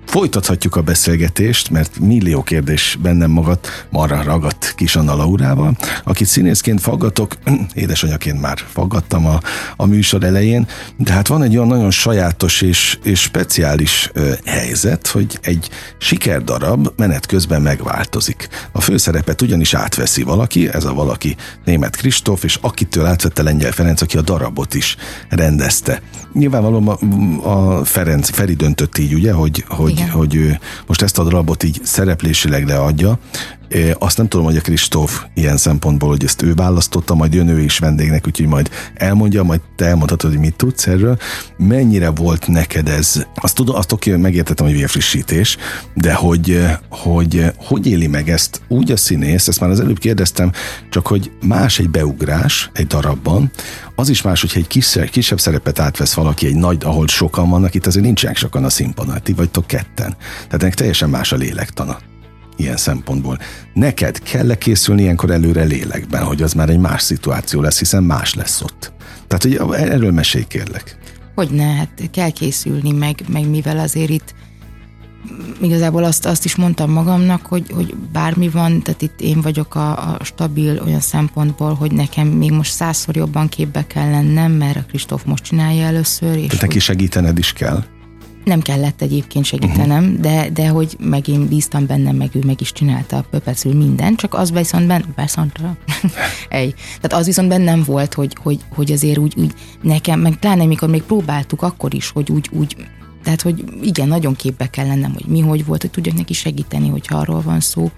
Speaker 2: Folytathatjuk a beszélgetést, mert millió kérdés bennem magadt, marra ragadt Kis Anna Laurával, akit színészként faggatok, édesanyaként már faggattam a, a műsor elején, de hát van egy olyan nagyon sajátos és, és speciális ö, helyzet, hogy egy sikerdarab menet közben megváltozik. A főszerepet ugyanis átveszi valaki, ez a valaki Németh Kristóf, és akitől átvette Lengyel Ferenc, aki a darabot is rendezte. Nyilvánvalóan a, a Ferenc, Feri döntött így, ugye, hogy, hogy hogy ő most ezt a darabot így szereplésileg leadja. Azt nem tudom, hogy a Kristóf ilyen szempontból, hogy ezt ő választotta, majd jön ő is vendégnek, úgyhogy majd elmondja, majd te elmondhatod, hogy mit tudsz erről. Mennyire volt neked ez? Azt tudom, azt oké, megértettem, hogy vérfrissítés, de hogy, hogy hogy éli meg ezt úgy a színész, ezt már az előbb kérdeztem, csak hogy más egy beugrás egy darabban, az is más, hogyha egy kisebb, kisebb szerepet átvesz valaki, egy nagy, ahol sokan vannak, itt azért nincsenek sokan a színpadon, ti vagytok ketten. Tehát ennek teljesen más a lélektana. Ilyen szempontból. Neked kell készülni ilyenkor előre lélekben, hogy az már egy más szituáció lesz, hiszen más lesz ott. Tehát, hogy erről mesélj, kérlek.
Speaker 3: Hogyne, hát kell készülni, meg, meg mivel azért itt igazából azt, azt is mondtam magamnak, hogy, hogy bármi van, tehát itt én vagyok a, a stabil olyan szempontból, hogy nekem még most százszor jobban képbe kell lennem, mert a Kristóf most csinálja először. És
Speaker 2: tehát neki segítened is kell?
Speaker 3: Nem kellett egyébként segítenem, uh-huh. de, de hogy meg én bíztam bennem, meg ő meg is csinálta a pöpecül mindent, csak az viszont bennem, tehát az viszont bennem volt, hogy, hogy, hogy azért úgy, úgy nekem, meg pláne mikor még próbáltuk akkor is, hogy úgy, úgy tehát, hogy igen, nagyon képbe kell lennem, hogy mi hogy volt, hogy tudjak neki segíteni, hogyha arról van szó.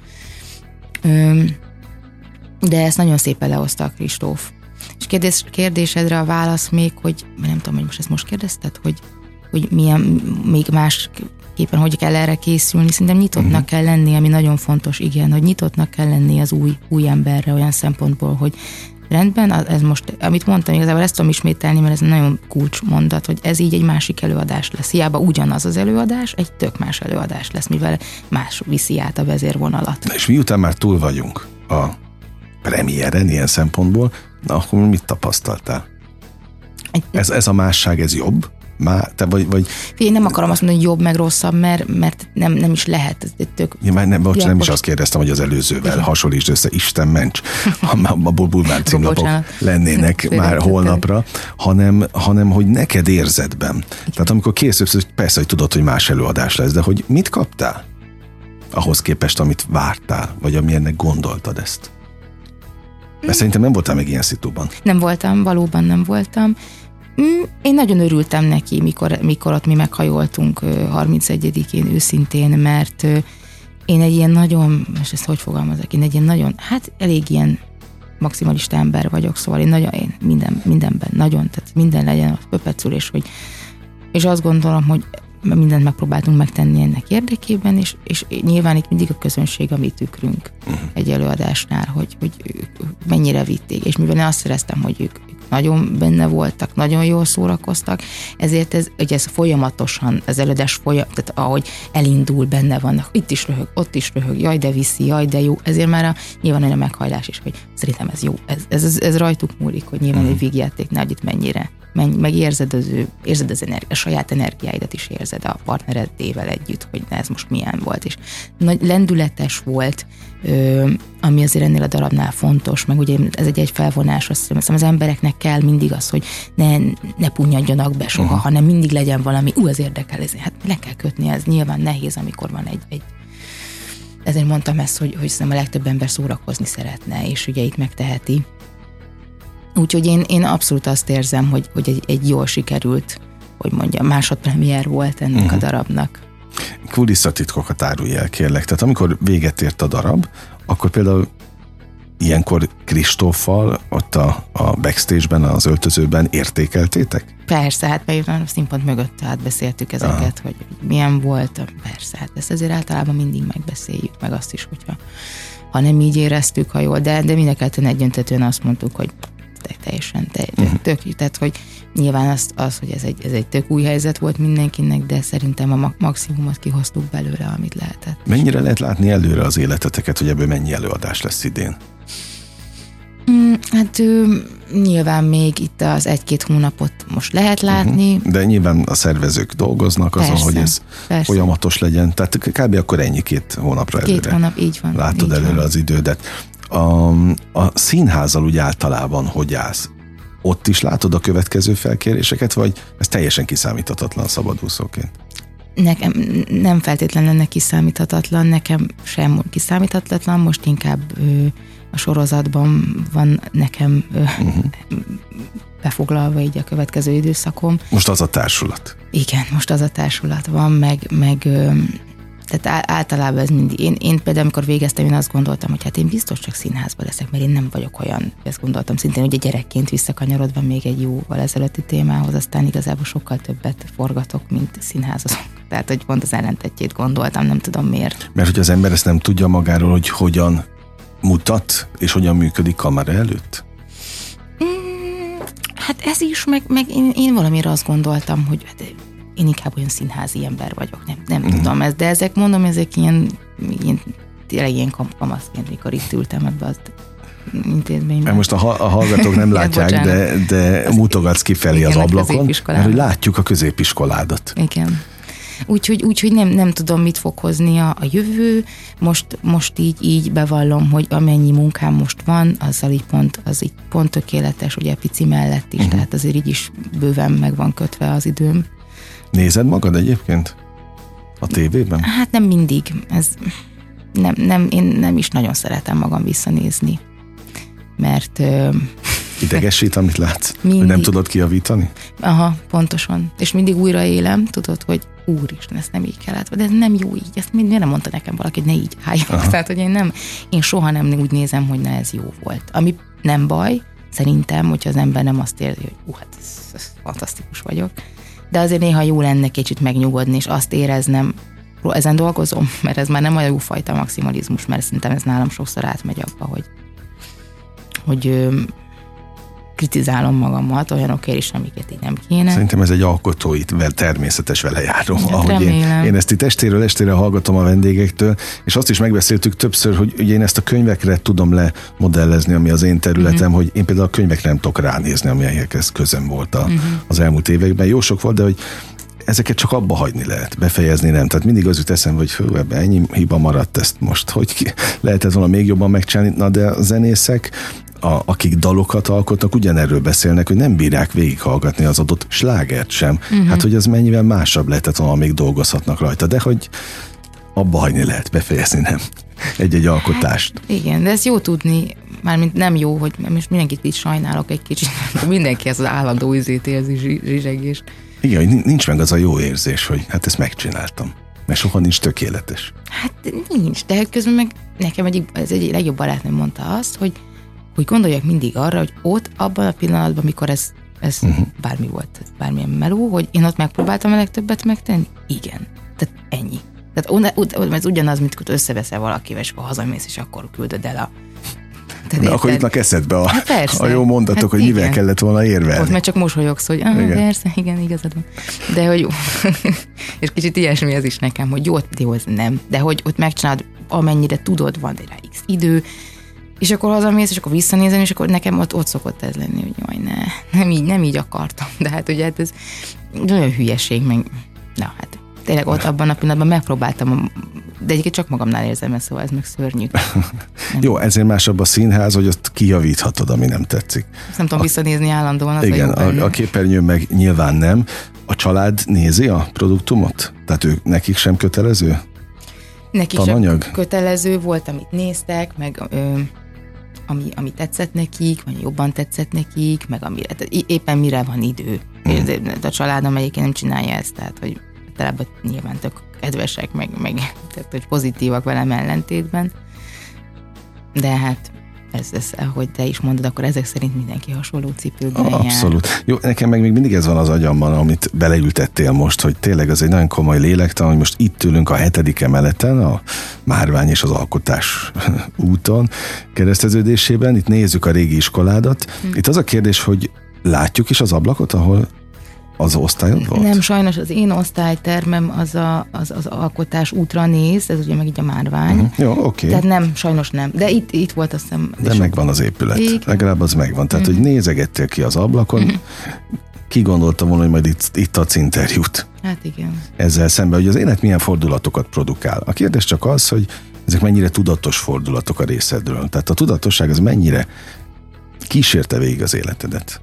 Speaker 3: De ezt nagyon szépen lehozta a Kristóf. És kérdés, kérdésedre a válasz még, hogy nem tudom, hogy most ezt most kérdezted, hogy hogy milyen, még másképpen hogy kell erre készülni. Szerintem nyitottnak uh-huh. kell lenni, ami nagyon fontos, igen, hogy nyitottnak kell lenni az új, új emberre olyan szempontból, hogy rendben, ez most, amit mondtam, igazából ezt tudom ismételni, mert ez nagyon kulcsmondat, hogy ez így egy másik előadás lesz. Hiába ugyanaz az előadás, egy tök más előadás lesz, mivel más viszi át a vezérvonalat.
Speaker 2: És miután már túl vagyunk a premiéren ilyen szempontból, na akkor mit tapasztaltál? Egy, ez, ez a másság, ez jobb? Má, te vagy, vagy...
Speaker 3: Én nem akarom azt mondani, hogy jobb meg rosszabb, mert, mert nem, nem is lehet. Ez tök...
Speaker 2: Ja, már nem, bocs, ja, nem most... is azt kérdeztem, hogy az előzővel igen. hasonlítsd össze, Isten ments, abból bulvár címlapok lennének már holnapra, hanem, hanem hogy neked érzetben. Igen. Tehát amikor készülsz, persze, hogy tudod, hogy más előadás lesz, de hogy mit kaptál ahhoz képest, amit vártál, vagy amilyennek gondoltad ezt? Mert szerintem nem voltál még ilyen szituban.
Speaker 3: Nem voltam, valóban nem voltam. Én nagyon örültem neki, mikor, mikor ott mi meghajoltunk harmincegyedikén őszintén, mert én egy ilyen nagyon, és ezt hogy fogalmazok, én egy ilyen nagyon, hát elég ilyen maximalista ember vagyok, szóval én, nagyon, én minden, mindenben nagyon, tehát minden legyen a pöpecül, és, hogy, és azt gondolom, hogy mindent megpróbáltunk megtenni ennek érdekében, és, és nyilván itt mindig a közönség a mi tükrünk egy előadásnál, hogy, hogy mennyire vitték, és mivel én azt szereztem, hogy ők nagyon benne voltak, nagyon jól szórakoztak, ezért ez, ugye ez folyamatosan, az előadás folyam, tehát ahogy elindul, benne vannak, itt is röhög, ott is röhög, jaj de viszi, jaj de jó, ezért már a, nyilván egy a meghajlás is, hogy szerintem ez jó, ez, ez, ez, ez rajtuk múlik, hogy nyilván egy vígjátéknál, hogy itt mennyire, menny, meg érzed az ő, érzed az energi, a saját energiáidat is érzed a partnereddével együtt, hogy ez most milyen volt, és nagy lendületes volt, ö, ami azért ennél a darabnál fontos, meg ugye ez egy, egy felvonás, azt hiszem, az embereknek kell mindig az, hogy ne, ne punnyadjanak be soha, uh-huh. hanem mindig legyen valami, ú, az érdekel, ez, hát le kell kötni, ez nyilván nehéz, amikor van egy, egy ezért mondtam ezt, hogy, hogy szerintem a legtöbb ember szórakozni szeretne, és ugye itt megteheti. Úgyhogy én, én abszolút azt érzem, hogy, hogy egy, egy jól sikerült, hogy mondjam, másodpremiér volt ennek uh-huh. a darabnak.
Speaker 2: Kulisszatitkokat árulj el, kérlek. Tehát amikor véget ért a darab, akkor például ilyenkor Kristóffal ott a, a backstage-ben, az öltözőben értékeltétek?
Speaker 3: Persze, hát pedig a színpont mögött átbeszéltük ezeket, aha. hogy milyen volt. Persze, hát ezt azért általában mindig megbeszéljük, meg azt is, hogyha ha nem így éreztük, ha jól, de, de mindenketten egyöntetően azt mondtuk, hogy teljesen te, uh-huh. tök, tehát hogy nyilván az, az hogy ez egy, ez egy tök új helyzet volt mindenkinek, de szerintem a maximumot kihoztuk belőle, amit lehetett.
Speaker 2: Mennyire lehet látni előre az életeteket, hogy ebből mennyi előadás lesz idén?
Speaker 3: Mm, hát ő, nyilván még itt az egy-két hónapot most lehet látni.
Speaker 2: Uh-huh. De nyilván a szervezők dolgoznak azon, persze, hogy ez persze. folyamatos legyen. Tehát kb. Akkor ennyi két hónapra előre.
Speaker 3: Két hónap, így van.
Speaker 2: Látod
Speaker 3: így
Speaker 2: előre
Speaker 3: van.
Speaker 2: az idődet. A, a színházzal úgy általában hogy állsz? Ott is látod a következő felkéréseket, vagy ez teljesen kiszámíthatatlan szabadúszóként?
Speaker 3: Nekem nem feltétlenül ennek kiszámíthatatlan, nekem sem kiszámíthatatlan, most inkább ö, a sorozatban van nekem ö, uh-huh. befoglalva így a következő időszakom.
Speaker 2: Most az a társulat.
Speaker 3: Igen, most az a társulat van, meg, meg ö, tehát általában ez mindig. Én, én például, amikor végeztem, én azt gondoltam, hogy hát én biztos csak színházban leszek, mert én nem vagyok olyan, ezt gondoltam szintén, hogy a gyerekként visszakanyarodva még egy jóval ezelőtti témához, aztán igazából sokkal többet forgatok, mint színházazok. Tehát, hogy pont az ellentetjét gondoltam, nem tudom miért.
Speaker 2: Mert hogy az ember ezt nem tudja magáról, hogy hogyan mutat, és hogyan működik kamera előtt?
Speaker 3: Mm, hát ez is, meg, meg én, én valamire azt gondoltam, hogy hát én inkább olyan színházi ember vagyok, nem, nem mm. tudom ezt, de ezek mondom, ezek ilyen, ilyen tényleg ilyen kamaszként, mikor itt ültem ebbe az intézményben.
Speaker 2: Most a, a hallgatók nem látják, de, de mutogatsz kifelé az ablakon, mert hogy látjuk a középiskoládat.
Speaker 3: Igen. Úgyhogy, úgyhogy nem, nem tudom, mit fog hozni a, a jövő. Most, most így, így bevallom, hogy amennyi munkám most van, azzal így pont, az így pont tökéletes, ugye pici mellett is, uh-huh. tehát azért így is bőven meg van kötve az időm.
Speaker 2: Nézed magad egyébként a tévében?
Speaker 3: Hát nem mindig. Ez nem, nem, én nem is nagyon szeretem magam visszanézni, mert...
Speaker 2: Idegesít, amit látsz?
Speaker 3: Mindig.
Speaker 2: Hogy nem tudod kijavítani?
Speaker 3: Aha, pontosan. És mindig újra élem, tudod, hogy úristen, ezt nem így kellett, de ez nem jó így, ezt miért nem mondta nekem valaki, hogy ne így álljak. Tehát, hogy én nem, én soha nem úgy nézem, hogy na ez jó volt. Ami nem baj, szerintem, hogyha az ember nem azt érzi, hogy ú, hát ez, ez fantasztikus vagyok. De azért néha jó lenne kicsit megnyugodni, és azt éreznem, ezen dolgozom, mert ez már nem olyan jó fajta maximalizmus, mert szerintem ez nálam sokszor átmegy abba, hogy, hogy ö, kritizálom magamat olyanokért is, amiket így nem kéne.
Speaker 2: Szerintem ez egy alkotói, természetes velejáró.
Speaker 3: Ja,
Speaker 2: ahogy én, én ezt itt estéről estére hallgatom a vendégektől, és azt is megbeszéltük többször, hogy ugye én ezt a könyvekre tudom lemodellezni, ami az én területem, uh-huh. hogy én például a könyvekre nem tudok ránézni, amelyekhez közöm volt a, uh-huh. az elmúlt években. Jó sok volt, de hogy ezeket csak abba hagyni lehet, befejezni nem. Tehát mindig az jut eszembe, hogy hú, ebben ennyi hiba maradt, ezt most hogy ki, lehetett volna még jobban megcsinálni. Na de a zenészek, a, akik dalokat alkotnak, ugyanerről beszélnek, hogy nem bírják végighallgatni az adott slágert sem. Uh-huh. Hát, hogy az mennyivel másabb lehetett volna, még dolgozhatnak rajta. De hogy abba hagyni lehet, befejezni nem. Egy-egy alkotást.
Speaker 3: Hát, igen, de ez jó tudni, mármint nem jó, hogy most mindenkit így sajnálok egy kicsit, mindenki ez az állandó izét érzi, zsizsegés.
Speaker 2: Igen, hogy nincs meg az a jó érzés, hogy hát ezt megcsináltam. Mert soha nincs tökéletes.
Speaker 3: Hát nincs, de közben meg nekem egyik, ez egy legjobb barátnőm mondta azt, hogy, hogy gondoljak mindig arra, hogy ott, abban a pillanatban, amikor ez, ez uh-huh. bármi volt, bármilyen meló, hogy én ott megpróbáltam a legtöbbet megtenni. Igen. Tehát ennyi. Tehát ez ugyanaz, mint hogy összeveszel valakivel, és akkor hazamész, és akkor küldöd el a...
Speaker 2: Na, akkor jutnak eszedbe a,
Speaker 3: hát
Speaker 2: a jó mondatok, hát hogy igen. mivel kellett volna érvelni.
Speaker 3: Ott már csak mosolyogsz, hogy ah, igen. persze, igen, igazad van. De hogy jó. És kicsit ilyesmi ez is nekem, hogy jó, jó, ez nem. De hogy ott megcsinálod, amennyire tudod, van rá x idő, és akkor hazamész, és akkor visszanézem, és akkor nekem ott, ott szokott ez lenni, hogy jaj, ne, nem így, nem így akartam. De hát ugye hát ez nagyon hülyeség, meg na hát tényleg ott abban a pillanatban megpróbáltam, de egyébként csak magamnál érzem ezt, szóval ez meg szörnyű.
Speaker 2: Jó, ezért másabb a színház, hogy ott kijavíthatod, ami nem tetszik.
Speaker 3: Ezt nem tudom a... visszanézni állandóan, az
Speaker 2: igen,
Speaker 3: a jó
Speaker 2: a, a képernyőn meg nyilván nem. A család nézi a produktumot? Tehát ők, nekik sem kötelező?
Speaker 3: Nekik
Speaker 2: tananyag?
Speaker 3: sem kötelező volt, amit néztek, meg ö, ami, ami tetszett nekik, vagy jobban tetszett nekik, meg amire, éppen mire van idő. Hmm. A családom egyébként nem csinálja ezt, tehát hogy talában nyilván tök kedvesek, meg, meg tehát, hogy pozitívak velem ellentétben. De hát ez, ez, ahogy te is mondod, akkor ezek szerint mindenki hasonló cipőben jár.
Speaker 2: Abszolút. Jó, nekem meg még mindig ez van az agyamban, amit beleültettél most, hogy tényleg az egy nagyon komoly lélektan, hogy most itt ülünk a hetedik emeleten, a Márvány és az Alkotás úton kereszteződésében, itt nézzük a régi iskoládat. Hm. Itt az a kérdés, hogy látjuk is az ablakot, ahol az osztályod volt?
Speaker 3: Nem, sajnos az én osztálytermem az a, az, az alkotás útra néz, ez ugye meg így a Márvány. Uh-huh.
Speaker 2: Jó, oké. Okay.
Speaker 3: Tehát nem, sajnos nem. De itt, itt volt azt hiszem.
Speaker 2: De megvan az épület. Így. Legalább az megvan. Tehát, uh-huh. hogy nézegettél ki az ablakon, uh-huh. ki gondolta volna, hogy majd itt, itt adsz interjút.
Speaker 3: Hát igen.
Speaker 2: Ezzel szemben, hogy az élet milyen fordulatokat produkál. A kérdés csak az, hogy ezek mennyire tudatos fordulatok a részedről. Tehát a tudatosság az mennyire kísérte végig az életedet?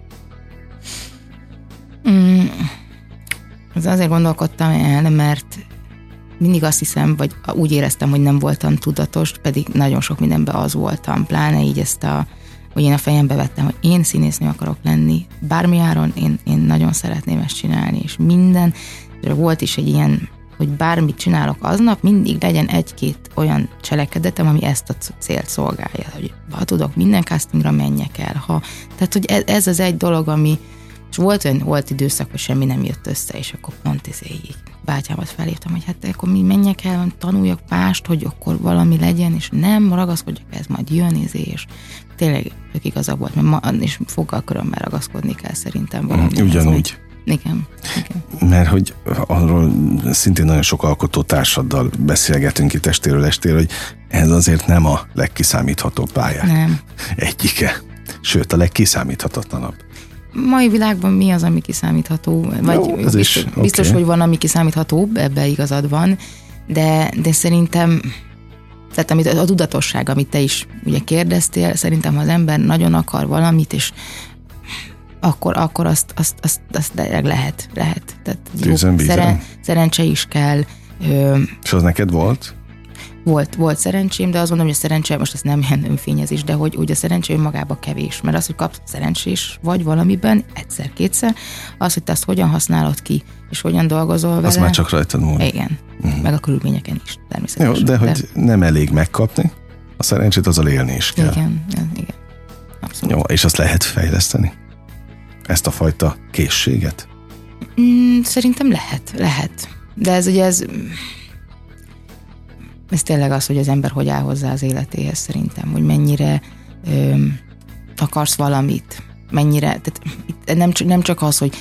Speaker 3: Mm, az azért gondolkodtam el, mert mindig azt hiszem, vagy úgy éreztem, hogy nem voltam tudatos, pedig nagyon sok mindenben az voltam. Pláne így ezt a, hogy én a fejembe vettem, hogy én színésznő akarok lenni. Bármi áron én, én nagyon szeretném ezt csinálni, és minden, volt is egy ilyen, hogy bármit csinálok aznap, mindig legyen egy-két olyan cselekedetem, ami ezt a célt szolgálja, hogy ha tudok, minden castingra menjek el. Ha, tehát, hogy ez, ez az egy dolog, ami, és volt olyan, volt időszak, hogy semmi nem jött össze, és akkor pont ez így bátyámat felhívtam, hogy hát akkor mi menjek el, tanuljak mást, hogy akkor valami legyen, és nem ragaszkodjak, ez majd jön, és tényleg tök igaza volt, mert ma, és foggal körömmel ragaszkodni kell szerintem valami.
Speaker 2: Ugyanúgy.
Speaker 3: Igen, igen.
Speaker 2: Mert hogy arról szintén nagyon sok alkotó társaddal beszélgetünk itt estéről estéről, hogy ez azért nem a legkiszámíthatóbb pályák.
Speaker 3: Nem.
Speaker 2: Egyike. Sőt, a legkiszámíthatatlanabb.
Speaker 3: Mai világban mi az, ami kiszámítható? Vagy
Speaker 2: Jó, ez
Speaker 3: biztos,
Speaker 2: is,
Speaker 3: biztos
Speaker 2: okay.
Speaker 3: hogy van, ami kiszámíthatóbb, ebbe igazad van, de, de szerintem tehát amit, a tudatosság, amit te is ugye kérdeztél, szerintem ha az ember nagyon akar valamit, és akkor, akkor azt, azt, azt, azt lehet, lehet. Tehát jó, szeren, szerencse is kell. Ö,
Speaker 2: és az neked volt?
Speaker 3: Volt, volt szerencsém, de azt mondom, hogy a szerencse, most ez nem ilyen önfényezés, de hogy úgy a szerencse önmagában kevés, mert az, hogy kapsz szerencsés vagy valamiben, egyszer-kétszer, az, hogy te azt hogyan használod ki, és hogyan dolgozol vele.
Speaker 2: Az már csak rajtad múlik.
Speaker 3: Igen, uh-huh. meg a körülményeken is, természetesen.
Speaker 2: Jó, de hogy de... nem elég megkapni, a szerencsét azzal élni is kell.
Speaker 3: Igen, igen, abszolút.
Speaker 2: Jó, és azt lehet fejleszteni? Ezt a fajta készséget?
Speaker 3: Mm, szerintem lehet, lehet. De ez ugye ez... Ez tényleg az, hogy az ember hogy áll hozzá az életéhez szerintem, hogy mennyire öm, akarsz valamit, mennyire, tehát nem, nem csak az, hogy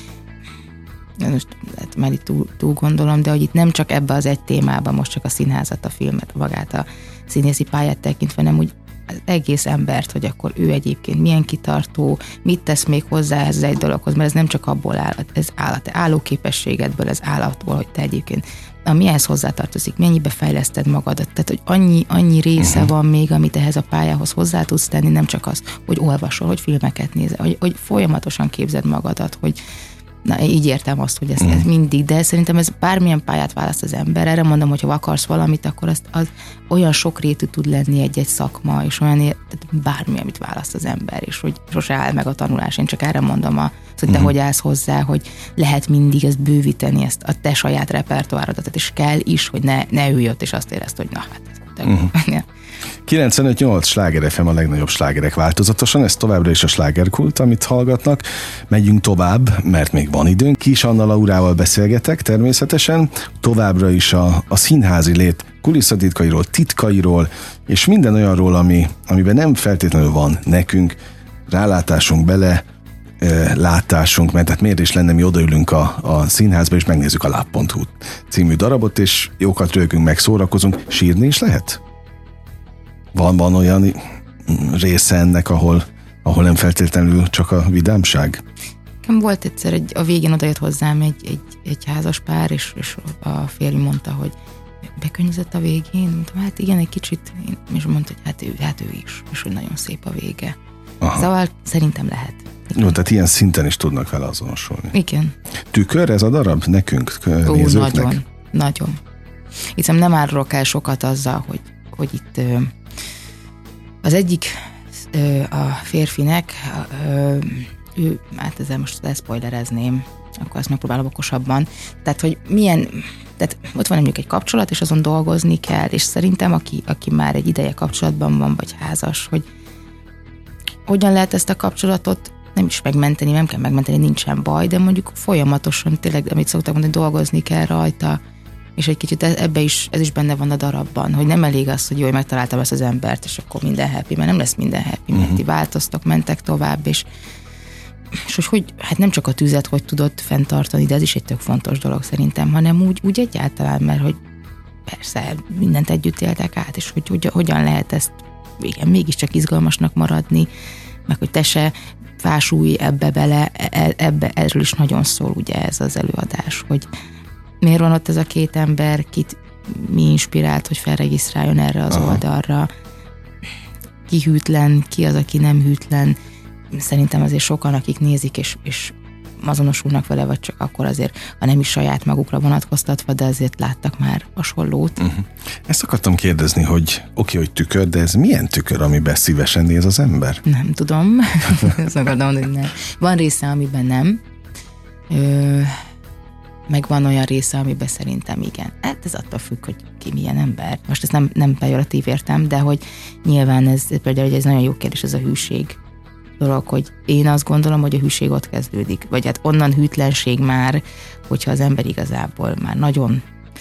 Speaker 3: most hát már itt túl, túl gondolom, de hogy itt nem csak ebbe az egy témában, most csak a színházat, a filmet, magát a színészi pályát tekintve, nem úgy az egész embert, hogy akkor ő egyébként milyen kitartó, mit tesz még hozzá ez egy dologhoz, mert ez nem csak abból áll, ez áll a te állóképességedből, ez áll abból, hogy te egyébként ami ehhez hozzátartozik, mennyibe fejleszted magadat, tehát hogy annyi, annyi része uh-huh. van még, amit ehhez a pályához hozzá tudsz tenni, nem csak az, hogy olvasol, hogy filmeket nézel, hogy, hogy folyamatosan képzeld magadat, hogy na, így értem azt, hogy ez, uh-huh. ez mindig, de szerintem ez bármilyen pályát választ az ember, erre mondom, hogy ha akarsz valamit, akkor azt, az olyan sokrétű tud lenni egy-egy szakma, és olyan, tehát bármi, amit választ az ember, és hogy sose áll meg a tanulás, én csak erre mondom, a, hogy te uh-huh. hogy állsz hozzá, hogy lehet mindig ezt bővíteni, ezt a te saját repertoárodat, és kell is, hogy ne, ne ülj ott, és azt érezd, hogy na, hát ez uh-huh.
Speaker 2: kilencvenöt nyolc Sláger ef em a legnagyobb slágerek változatosan, ez továbbra is a slágerkult, amit hallgatnak. Megyünk tovább, mert még van időnk. Kis Anna Laurával beszélgetek természetesen, továbbra is a, a színházi lét kulisszatitkairól, titkairól, és minden olyanról, ami, amiben nem feltétlenül van nekünk rálátásunk bele, látásunk, mert hát miért is lenne, mi odaülünk a, a színházba, és megnézzük a láb pont hu című darabot, és jókat rögünk, meg szórakozunk. Sírni is lehet? Van, van olyan része ennek, ahol, ahol nem feltétlenül csak a vidámság?
Speaker 3: Volt egyszer, egy, a végén odajött hozzám egy, egy, egy házas pár, és, és a férj mondta, hogy bekönnyezett a végén? Mondtam, hát igen, egy kicsit, és mondta, hogy hát ő, hát ő is, és hogy nagyon szép a vége. Aha. Szóval szerintem lehet. Igen.
Speaker 2: Jó, tehát ilyen szinten is tudnak vele azonosulni.
Speaker 3: Igen.
Speaker 2: Tükör ez a darab nekünk, Ó, nézőknek?
Speaker 3: Nagyon, nagyon. Hiszem nem árulok el sokat azzal, hogy, hogy itt ö, az egyik ö, a férfinek, ö, ő, hát ezzel most leszpoilerezném, akkor azt megpróbálom okosabban. Tehát, hogy milyen, tehát ott van mondjuk egy kapcsolat, és azon dolgozni kell, és szerintem aki, aki már egy ideje kapcsolatban van, vagy házas, hogy hogyan lehet ezt a kapcsolatot nem is megmenteni, nem kell megmenteni, nincsen baj, de mondjuk folyamatosan tényleg, amit szoktak mondani, dolgozni kell rajta, és egy kicsit ebbe is, ez is benne van a darabban, hogy nem elég az, hogy jó, hogy megtaláltam ezt az embert, és akkor minden happy, mert nem lesz minden happy, uh-huh. mert ti változtok, mentek tovább, és és hogy, hogy hát nem csak a tüzet hogy tudod fenntartani, de ez is egy tök fontos dolog szerintem, hanem úgy, úgy egyáltalán, mert hogy persze mindent együtt éltek át, és hogy, hogy hogyan lehet ezt igen, mégiscsak izgalmasnak maradni, meg hogy te se fásulj ebbe bele, ebbe, erről is nagyon szól ugye ez az előadás, hogy miért van ott ez a két ember, kit mi inspirált, hogy felregisztráljon erre az Aha. oldalra, ki hűtlen, ki az, aki nem hűtlen. Szerintem azért sokan, akik nézik, és, és azonosulnak vele, vagy csak akkor azért, ha nem is saját magukra vonatkoztatva, de azért láttak már hasonlót. Uh-huh.
Speaker 2: Ezt akartam kérdezni, hogy oké, hogy tükör, de ez milyen tükör, amiben szívesen néz az ember?
Speaker 3: Nem tudom. Ezt akartam mondani, hogy nem. Van része, amiben nem. Ö, meg van olyan része, amiben szerintem igen. Hát ez attól függ, hogy ki milyen ember. Most ezt nem, nem pejoratív értem, de hogy nyilván ez például, hogy ez nagyon jó kérdés, ez a hűség dolog, hogy én azt gondolom, hogy a hűség ott kezdődik, vagy hát onnan hűtlenség már, hogyha az ember igazából már nagyon,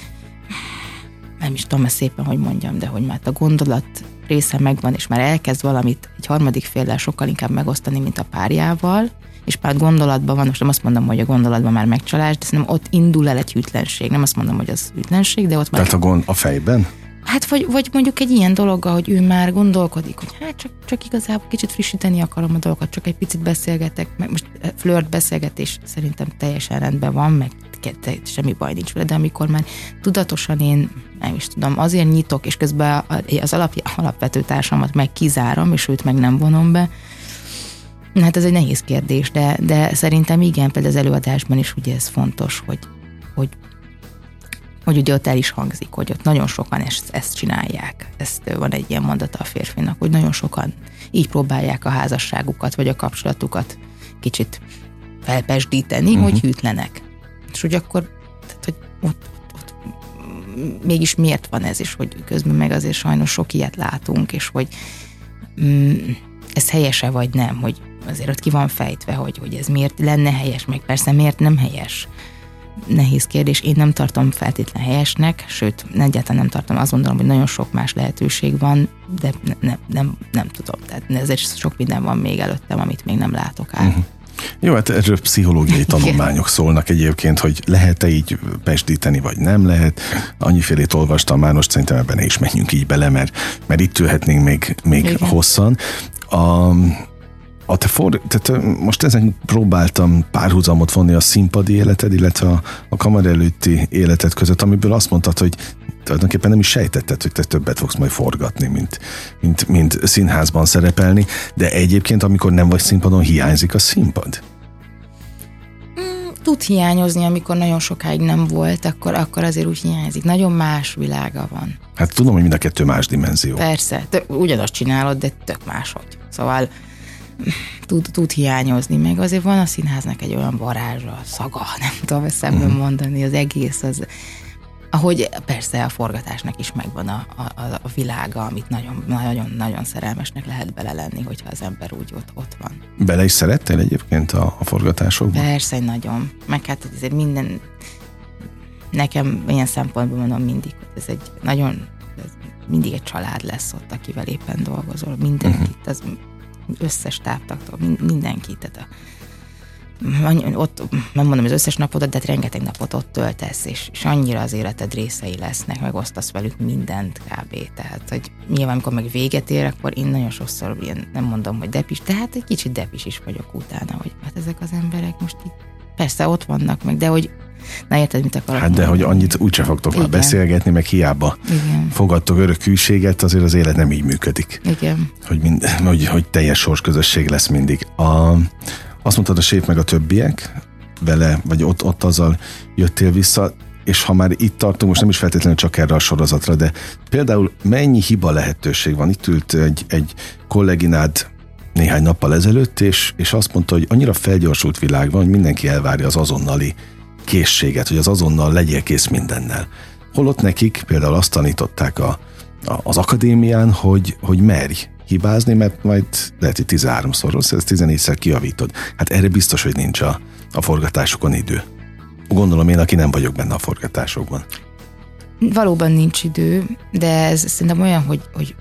Speaker 3: nem is tudom ezt szépen, hogy mondjam, de hogy már a gondolat része megvan, és már elkezd valamit egy harmadik féllel sokkal inkább megosztani, mint a párjával, és már gondolatban van, most nem azt mondom, hogy a gondolatban már megcsalás, de szerintem ott indul el egy hűtlenség. Nem azt mondom, hogy az hűtlenség, de ott már...
Speaker 2: Tehát a gond a fejben?
Speaker 3: Hát vagy, vagy mondjuk egy ilyen dologgal, hogy ő már gondolkodik, hogy hát csak, csak igazából kicsit frissíteni akarom a dolgokat, csak egy picit beszélgetek, meg most flirt beszélgetés szerintem teljesen rendben van, meg semmi baj nincs vele, de amikor már tudatosan én, nem is tudom, azért nyitok, és közben az alap, alapvető társamat meg kizárom, és őt meg nem vonom be, hát ez egy nehéz kérdés, de, de szerintem igen, például az előadásban is ugye ez fontos, hogy, hogy hogy ugye ott el is hangzik, hogy ott nagyon sokan ezt, ezt csinálják. Ezt van egy ilyen mondata a férfinak, hogy nagyon sokan így próbálják a házasságukat, vagy a kapcsolatukat kicsit felpesdíteni, uh-huh. hogy hűtlenek. És hogy akkor, tehát, hogy ott, ott, ott mégis miért van ez, és hogy közben meg azért sajnos sok ilyet látunk, és hogy mm, ez helyese vagy nem, hogy azért ott ki van fejtve, hogy, hogy ez miért lenne helyes, meg persze miért nem helyes. Nehéz kérdés, én nem tartom feltétlen helyesnek, sőt, egyáltalán nem tartom, azt gondolom, hogy nagyon sok más lehetőség van, de ne, ne, nem, nem tudom, tehát ezért sok minden van még előttem, amit még nem látok át. Uh-huh.
Speaker 2: Jó, hát erről pszichológiai tanulmányok szólnak egyébként, hogy lehet-e így pesdíteni, vagy nem lehet. Annyifélét olvastam már, most szerintem ebben ne is menjünk így bele, mert, mert itt ülhetnénk még, még hosszan. A, a te for, tehát most ezen próbáltam párhuzamot vonni a színpadi életed, illetve a, a kamera előtti életed között, amiből azt mondtad, hogy tulajdonképpen nem is sejtetted, hogy te többet fogsz majd forgatni, mint, mint, mint színházban szerepelni, de egyébként, amikor nem vagy színpadon, hiányzik a színpad?
Speaker 3: Tud hiányozni, amikor nagyon sokáig nem volt, akkor, akkor azért úgy hiányzik. Nagyon más világa van.
Speaker 2: Hát tudom, hogy mind a kettő más dimenzió.
Speaker 3: Persze, tök, ugyanazt csinálod, de tök máshogy. Szóval tud, tud hiányozni, meg azért van a színháznak egy olyan varázsa, szaga, nem tudom ezt szemben uh-huh. mondani, az egész az, ahogy persze a forgatásnak is megvan a, a, a világa, amit nagyon, nagyon, nagyon szerelmesnek lehet bele lenni, hogyha az ember úgy ott, ott van.
Speaker 2: Bele is szerettél egyébként a, a forgatásokban?
Speaker 3: Persze, nagyon. Meg hát azért minden, nekem ilyen szempontból mondom mindig, hogy ez egy nagyon, ez mindig egy család lesz ott, akivel éppen dolgozol. Mindenkit, uh-huh. az összes táptaktól, mindenkit, tehát a ott, nem mondom az összes napodat, de rengeteg napot ott töltesz, és, és annyira az életed részei lesznek, megosztasz velük mindent kb. Tehát, hogy nyilván, amikor meg véget ér, akkor én nagyon sokszor ilyen, nem mondom, hogy depis, de hát egy kicsit depis is vagyok utána, hogy hát ezek az emberek most így, persze ott vannak meg, de hogy na érted, mit akarok
Speaker 2: Hát mondani? De hogy annyit úgyse fogtok már beszélgetni, meg hiába Igen. fogadtok örök hűséget, azért az élet nem így működik.
Speaker 3: Igen.
Speaker 2: Hogy, mind, hogy, hogy teljes sorsközösség lesz mindig. A Azt mondtad, a Séf meg a többiek vele, vagy ott, ott azzal jöttél vissza, és ha már itt tartunk, most nem is feltétlenül csak erre a sorozatra, de például mennyi hiba lehetőség van? Itt ült egy, egy kolléginád néhány nappal ezelőtt, és, és azt mondta, hogy annyira felgyorsult világ van, hogy mindenki elvárja az azonnali készséget, hogy az azonnal legyél kész mindennel. Holott nekik például azt tanították a, a, az akadémián, hogy, hogy merj hibázni, mert majd lehet, hogy tizenháromszor rossz, ez tizenégyszer kijavítod. Hát erre biztos, hogy nincs a, a forgatásokon idő. Gondolom én, aki nem vagyok benne a forgatásokban.
Speaker 3: Valóban nincs idő, de ez szerintem olyan, hogy, hogy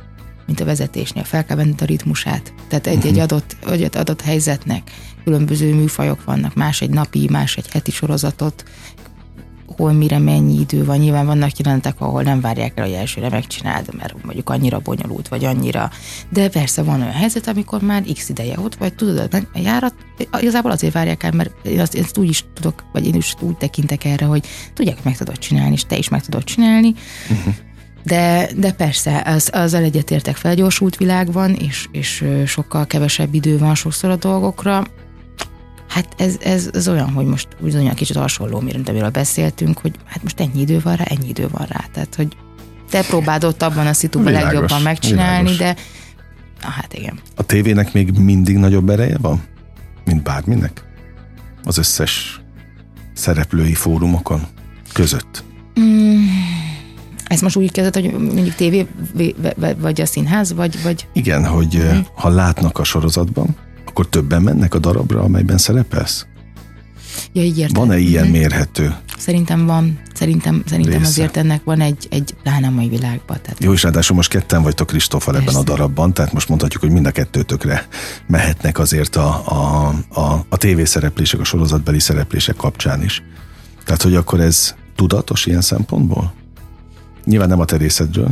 Speaker 3: mint a vezetésnél, fel kell venned a ritmusát. Tehát egy, uh-huh. egy, adott, egy adott helyzetnek különböző műfajok vannak, más egy napi, más egy heti sorozatot, hol mire mennyi idő van. Nyilván vannak jelenetek, ahol nem várják el, hogy elsőre megcsináld, mert mondjuk annyira bonyolult, vagy annyira. De persze van olyan helyzet, amikor már x ideje ott vagy, tudod, a járat, igazából azért várják el, mert én azt, én azt úgy is tudok, vagy én is úgy tekintek erre, hogy tudják, hogy meg tudod csinálni, és te is meg tudod csinálni. Uh-huh. De, de persze, az, azzal egyetértek, felgyorsult világban, és, és sokkal kevesebb idő van sokszor a dolgokra. Hát ez, ez, ez olyan, hogy most úgy olyan kicsit hasonló, mint amiről beszéltünk, hogy hát most ennyi idő van rá, ennyi idő van rá. Tehát, hogy te próbáld ott abban a szituban legjobban megcsinálni, világos. De ah, hát igen.
Speaker 2: A tévének még mindig nagyobb ereje van, mint bárminek? Az összes szereplői fórumokon között?
Speaker 3: Mm, ezt most úgy kezdett, hogy mondjuk tévé, vagy a színház, vagy... vagy...
Speaker 2: Igen, hogy mm. ha látnak a sorozatban, akkor többen mennek a darabra, amelyben szerepelsz?
Speaker 3: Ja, így értem.
Speaker 2: Van-e ilyen mérhető?
Speaker 3: Szerintem van. Szerintem, szerintem azért ennek van egy, egy pláne a mai világban. Tehát
Speaker 2: jó, és ráadásul most ketten vagytok Kristóffal ebben a darabban, tehát most mondhatjuk, hogy mind a kettőtökre mehetnek azért a, a, a, a tévészereplések, a sorozatbeli szereplések kapcsán is. Tehát, hogy akkor ez tudatos ilyen szempontból? Nyilván nem a te részedről.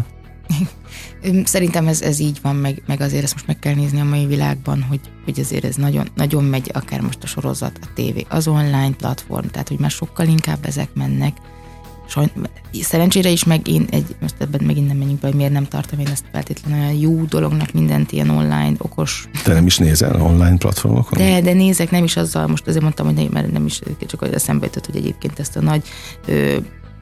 Speaker 3: Szerintem ez, ez így van, meg, meg azért ezt most meg kell nézni a mai világban, hogy, hogy azért ez nagyon, nagyon megy, akár most a sorozat, a tévé, az online platform, tehát hogy már sokkal inkább ezek mennek. Sajn, szerencsére is, meg én egy, most ebben megint nem menjünk be, hogy miért nem tartom én ezt feltétlenül olyan jó dolognak, mindent ilyen online, okos.
Speaker 2: Te nem is nézel online platformokon?
Speaker 3: De, de nézek, nem is azzal, most azért mondtam, hogy nem, mert nem is, csak az eszembe jutott, hogy egyébként ezt a nagy ö,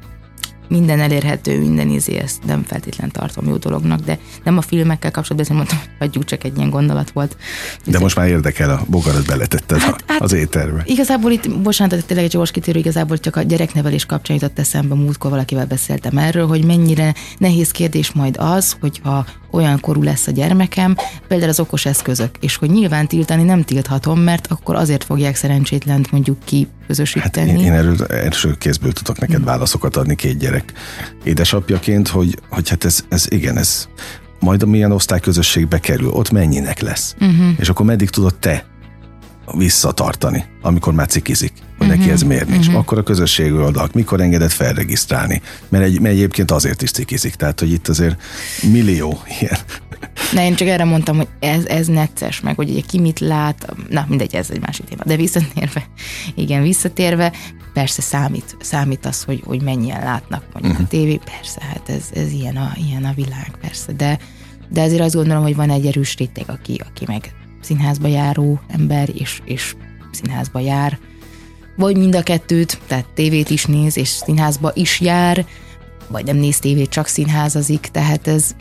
Speaker 3: minden elérhető, minden izé, ezt nem feltétlenül tartom jó dolognak, de nem a filmekkel kapcsolatban, ezt mondtam, hogy hagyjuk, csak egy ilyen gondolat volt.
Speaker 2: De ez most már érdekel, a bogarat beletetted hát, hát, az étterbe.
Speaker 3: Igazából itt, bocsánat, tényleg egy gyors kitérő, igazából csak a gyereknevelés kapcsán jutott eszembe, múltkor valakivel beszéltem erről, hogy mennyire nehéz kérdés majd az, hogyha olyan korú lesz a gyermekem, például az okos eszközök, és hogy nyilván tiltani nem tilthatom, mert akkor azért fogják szerencsétlent mondjuk ki közösíteni.
Speaker 2: Hát én, én erről első kézből tudok neked hmm. válaszokat adni két gyerek édesapjaként, hogy, hogy hát ez, ez igen, ez majd amilyen osztályközösségbe kerül, ott mennyinek lesz. Uh-huh. És akkor meddig tudod te visszatartani, amikor már cikizik, hogy uh-huh. neki ez miért nincs. Uh-huh. Akkor a közösségi oldalak, mikor engedett felregisztrálni, mert, egy, mert egyébként azért is cikizik, tehát hogy itt azért millió ilyen.
Speaker 3: Na, én csak erre mondtam, hogy ez, ez necces, meg hogy ugye ki mit lát, na mindegy, ez egy másik téma, de visszatérve, igen, visszatérve, persze számít, számít az, hogy, hogy mennyien látnak mondjuk uh-huh. a tévé, persze, hát ez, ez ilyen, a, ilyen a világ, persze, de, de azért azt gondolom, hogy van egy erős réteg, aki, aki meg színházba járó ember, és, és színházba jár, vagy mind a kettőt, tehát tévét is néz, és színházba is jár, vagy nem néz tévét, csak színházazik, tehát ez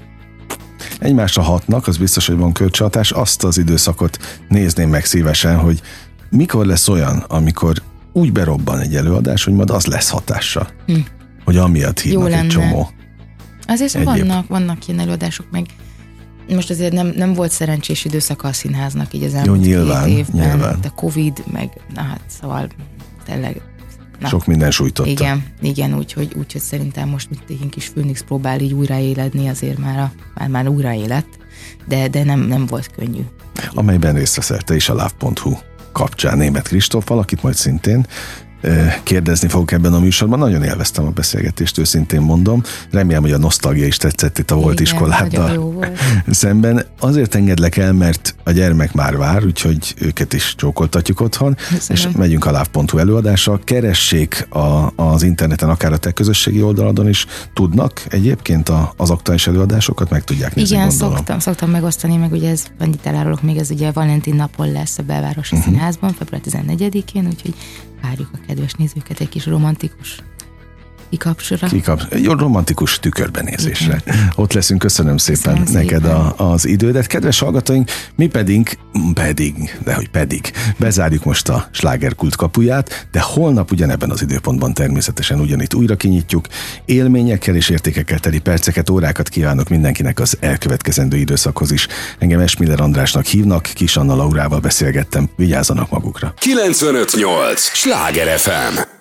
Speaker 2: egymásra hatnak, az biztos, hogy van kölcsönhatás. Azt az időszakot nézném meg szívesen, hogy mikor lesz olyan, amikor úgy berobban egy előadás, hogy majd az lesz hatással. Hm. Hogy amiatt hívnak egy csomó.
Speaker 3: Azért egyéb. vannak, vannak ilyen előadások, meg most azért nem, nem volt szerencsés időszaka a színháznak így az elmúlt
Speaker 2: Jó, nyilván,
Speaker 3: két évben.
Speaker 2: Nyilván.
Speaker 3: De Covid, meg na hát szóval tényleg na,
Speaker 2: sok minden sújtotta.
Speaker 3: Igen, igen, úgyhogy úgy, hogy szerintem most mint egy kis Főnix próbál így újraéledni, azért már, a, már, már újraélet, de, de nem, nem volt könnyű.
Speaker 2: Amelyben részt veszel te is a love pont hu kapcsán Németh Kristóffal, akit majd szintén kérdezni fogok ebben a műsorban. Nagyon élveztem a beszélgetést, őszintén mondom. Remélem, hogy a nosztalgia is tetszett itt a volt igen, iskoláddal szemben. Azért engedlek el, mert a gyermek már vár, úgyhogy őket is csókoltatjuk otthon, köszönöm. És megyünk a love pont hu előadásra. Keressék a, az interneten, akár a te közösségi oldaladon is. Tudnak egyébként a, az aktuális előadásokat, meg tudják nézni,
Speaker 3: igen,
Speaker 2: gondolom.
Speaker 3: szoktam, szoktam megosztani, meg ugye ez, annyit elárulok még, ez ugye Valentin napon lesz a Belvárosi uh-huh. Színházban, február tizennegyedikén, úgyhogy várjuk a kedves nézőket egy kis romantikus kikapcsra.
Speaker 2: Kikap, jó romantikus tükörbenézésre. Igen. Ott leszünk, köszönöm szépen köszönöm neked a, az idődet. Kedves hallgatóink, mi pedig, pedig, de hogy pedig, bezárjuk most a slágerkult kapuját, de holnap ugyanebben az időpontban természetesen ugyanitt újra kinyitjuk. Élményekkel és értékekkel teli perceket, órákat kívánok mindenkinek az elkövetkezendő időszakhoz is. Engem Esmiller Andrásnak hívnak, Kis Anna Laurával beszélgettem. Vigyázzanak magukra.
Speaker 1: kilencvenöt nyolc Sláger ef em